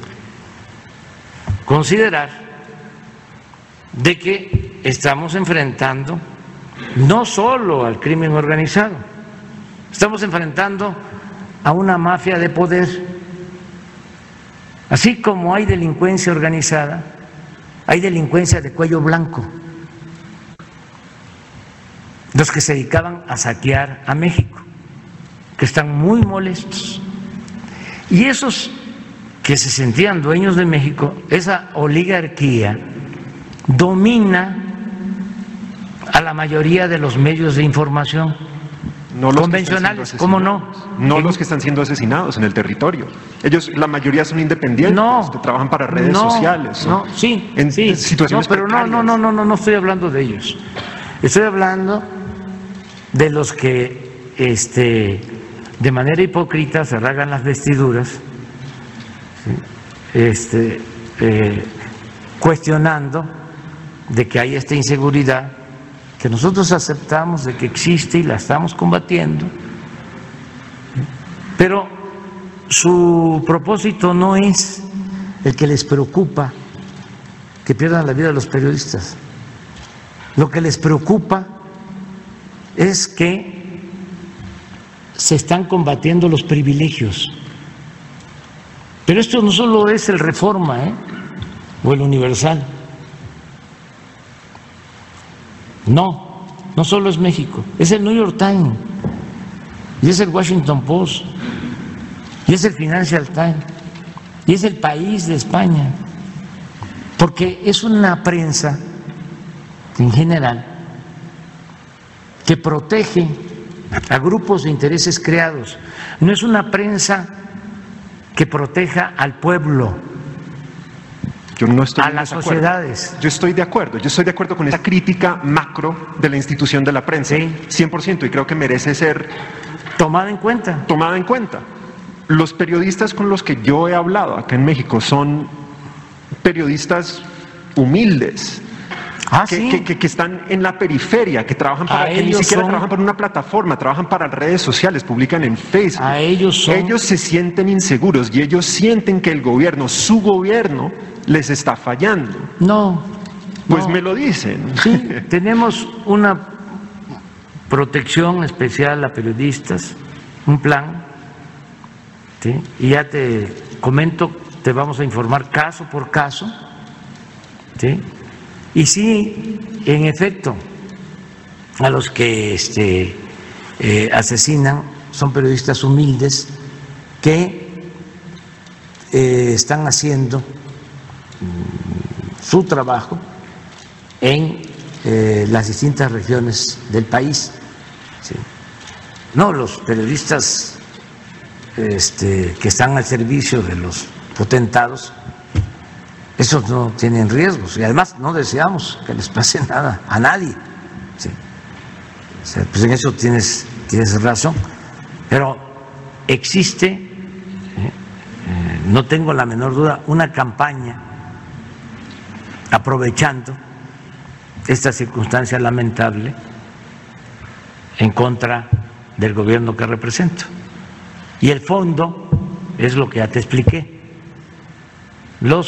Speaker 7: considerar de que estamos enfrentando no solo al crimen organizado, estamos enfrentando a una mafia de poder. Así como hay delincuencia organizada, hay delincuencia de cuello blanco, los que se dedicaban a saquear a México, que están muy molestos. Y esos que se sentían dueños de México, esa oligarquía domina a la mayoría de los medios de información
Speaker 9: No los
Speaker 7: convencionales,
Speaker 9: que están siendo
Speaker 7: ¿cómo no?
Speaker 9: asesinados. No los que están siendo asesinados en el territorio. Ellos, la mayoría son independientes,
Speaker 7: No,
Speaker 9: que trabajan para redes
Speaker 7: no,
Speaker 9: sociales.
Speaker 7: No, sí,
Speaker 9: en
Speaker 7: sí,
Speaker 9: situaciones
Speaker 7: no, pero no,
Speaker 9: precarias.
Speaker 7: no, no, no, no, no estoy hablando de ellos. Estoy hablando de los que, este, de manera hipócrita se rasgan las vestiduras, ¿sí? este, eh, cuestionando de que hay esta inseguridad que nosotros aceptamos de que existe y la estamos combatiendo, pero su propósito no es el que les preocupa que pierdan la vida los periodistas. Lo que les preocupa es que se están combatiendo los privilegios. Pero esto no solo es el Reforma, ¿eh? o el Universal. No, no solo es México, es el New York Times, y es el Washington Post, y es el Financial Times, y es el País de España, porque es una prensa en general que protege a grupos de intereses creados, no es una prensa que proteja al pueblo,
Speaker 9: Yo no estoy
Speaker 7: a
Speaker 9: en
Speaker 7: las
Speaker 9: desacuerdo.
Speaker 7: sociedades.
Speaker 9: Yo estoy de acuerdo, yo estoy de acuerdo con esa crítica macro de la institución de la prensa,
Speaker 7: Sí.
Speaker 9: cien por ciento, y creo que merece ser
Speaker 7: Tomada en cuenta.
Speaker 9: tomada en cuenta. Los periodistas con los que yo he hablado acá en México son periodistas humildes,
Speaker 7: Ah,
Speaker 9: que,
Speaker 7: sí.
Speaker 9: que- que- que están en la periferia, que trabajan para,
Speaker 7: A
Speaker 9: que ni
Speaker 7: ellos
Speaker 9: siquiera
Speaker 7: son-
Speaker 9: trabajan para una plataforma, trabajan para redes sociales, publican en Facebook.
Speaker 7: A ellos son-
Speaker 9: Ellos se sienten inseguros y ellos sienten que el gobierno, su gobierno, les está fallando.
Speaker 7: No.
Speaker 9: Pues
Speaker 7: no.
Speaker 9: me lo dicen.
Speaker 7: Sí, tenemos una protección especial a periodistas, un plan, ¿sí? Y ya te comento, te vamos a informar caso por caso, ¿sí? Y sí, en efecto, a los que este, eh, asesinan son periodistas humildes que eh, están haciendo mm, su trabajo en eh, las distintas regiones del país. ¿Sí? No, los periodistas este, que están al servicio de los potentados, esos no tienen riesgos y además no deseamos que les pase nada a nadie. ¿Sí? O sea, pues en eso tienes, tienes razón, pero existe, ¿eh? Eh, no tengo la menor duda, una campaña aprovechando esta circunstancia lamentable en contra del gobierno que represento. Y el fondo es lo que ya te expliqué. Los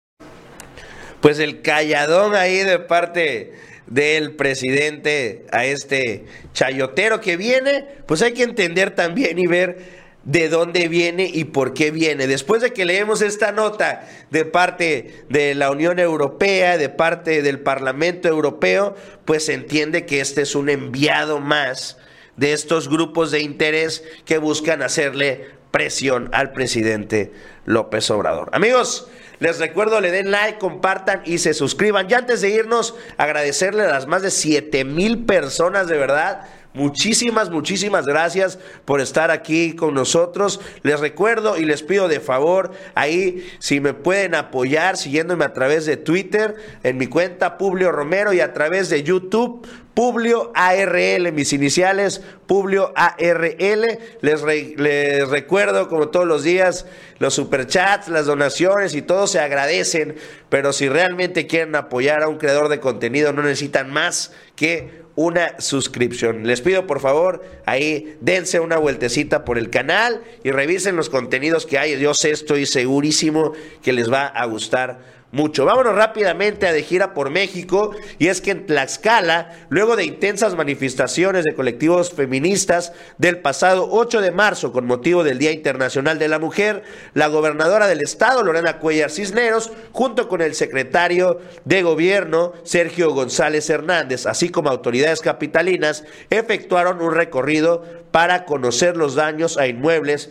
Speaker 1: Pues el calladón ahí de parte del presidente a este chayotero que viene, pues hay que entender también y ver de dónde viene y por qué viene. Después de que leemos esta nota de parte de la Unión Europea, de parte del Parlamento Europeo, pues se entiende que este es un enviado más de estos grupos de interés que buscan hacerle presión al presidente López Obrador. Amigos, les recuerdo, le den like, compartan y se suscriban. Ya antes de irnos, agradecerle a las más de siete mil personas, de verdad. Muchísimas, muchísimas gracias por estar aquí con nosotros. Les recuerdo y les pido de favor, ahí si me pueden apoyar siguiéndome a través de Twitter, en mi cuenta Publio Romero, y a través de YouTube, Publio A R L, mis iniciales, Publio A R L. Les, re, les recuerdo, como todos los días, los superchats, las donaciones y todo se agradecen, pero si realmente quieren apoyar a un creador de contenido, no necesitan más que una suscripción. Les pido por favor, ahí dense una vueltecita por el canal y revisen los contenidos que hay. Yo sé, estoy segurísimo que les va a gustar mucho. Vámonos rápidamente a de gira por México, y es que en Tlaxcala, luego de intensas manifestaciones de colectivos feministas del pasado ocho de marzo con motivo del Día Internacional de la Mujer, la gobernadora del estado, Lorena Cuellar Cisneros, junto con el secretario de Gobierno, Sergio González Hernández, así como autoridades capitalinas, efectuaron un recorrido para conocer los daños a inmuebles.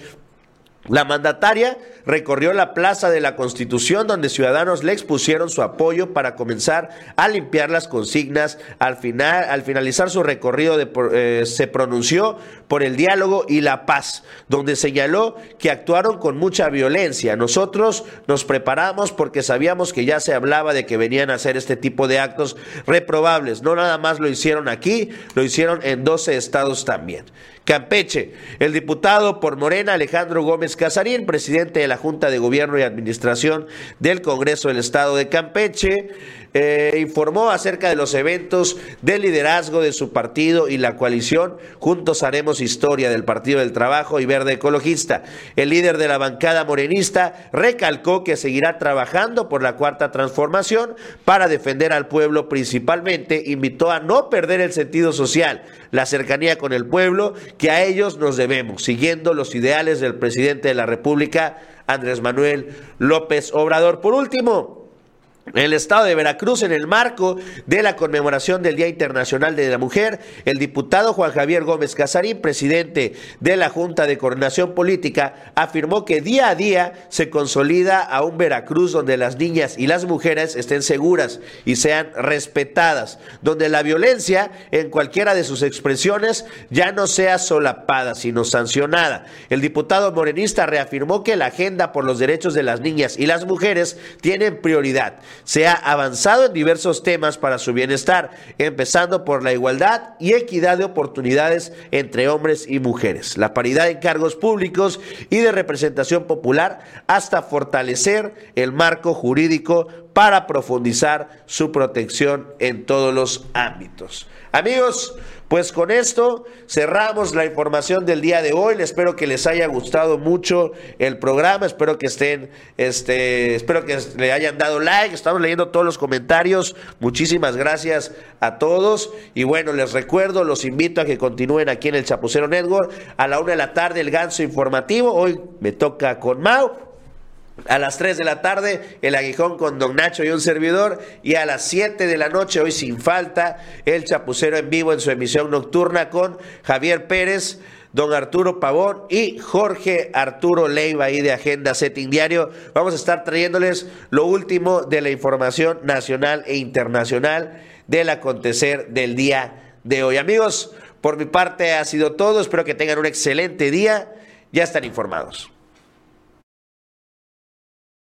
Speaker 1: La mandataria recorrió la Plaza de la Constitución, donde ciudadanos le expusieron su apoyo para comenzar a limpiar las consignas. Al final, al finalizar su recorrido, de, eh, se pronunció por el diálogo y la paz, donde señaló que actuaron con mucha violencia. Nosotros nos preparamos porque sabíamos que ya se hablaba de que venían a hacer este tipo de actos reprobables. No nada más lo hicieron aquí, lo hicieron en doce estados también. Campeche, el diputado por Morena Alejandro Gómez Casarín, presidente de la Junta de Gobierno y Administración del Congreso del Estado de Campeche, eh, informó acerca de los eventos de liderazgo de su partido y la coalición Juntos Haremos Historia del Partido del Trabajo y Verde Ecologista. El líder de la bancada morenista recalcó que seguirá trabajando por la Cuarta Transformación para defender al pueblo. Principalmente invitó a no perder el sentido social, la cercanía con el pueblo, que a ellos nos debemos, siguiendo los ideales del presidente de la República, Andrés Manuel López Obrador. Por último, en el estado de Veracruz, en el marco de la conmemoración del Día Internacional de la Mujer, el diputado Juan Javier Gómez Casarín, presidente de la Junta de Coordinación Política, afirmó que día a día se consolida a un Veracruz donde las niñas y las mujeres estén seguras y sean respetadas, donde la violencia en cualquiera de sus expresiones ya no sea solapada, sino sancionada. El diputado morenista reafirmó que la agenda por los derechos de las niñas y las mujeres tiene prioridad. Se ha avanzado en diversos temas para su bienestar, empezando por la igualdad y equidad de oportunidades entre hombres y mujeres, la paridad en cargos públicos y de representación popular, hasta fortalecer el marco jurídico para profundizar su protección en todos los ámbitos. Amigos, pues con esto cerramos la información del día de hoy. Espero que les haya gustado mucho el programa, espero que estén, este, espero que le hayan dado like. Estamos leyendo todos los comentarios. Muchísimas gracias a todos. Y bueno, les recuerdo, los invito a que continúen aquí en el Chapucero Network a la una de la tarde, el Ganso Informativo. Hoy me toca con Mau. A las tres de la tarde, el Aguijón con Don Nacho y un servidor. Y a las siete de la noche, hoy sin falta, el Chapucero en vivo en su emisión nocturna con Javier Pérez, Don Arturo Pavón y Jorge Arturo Leiva, ahí de Agenda Setting Diario. Vamos a estar trayéndoles lo último de la información nacional e internacional del acontecer del día de hoy. Amigos, por mi parte ha sido todo. Espero que tengan un excelente día. Ya están informados.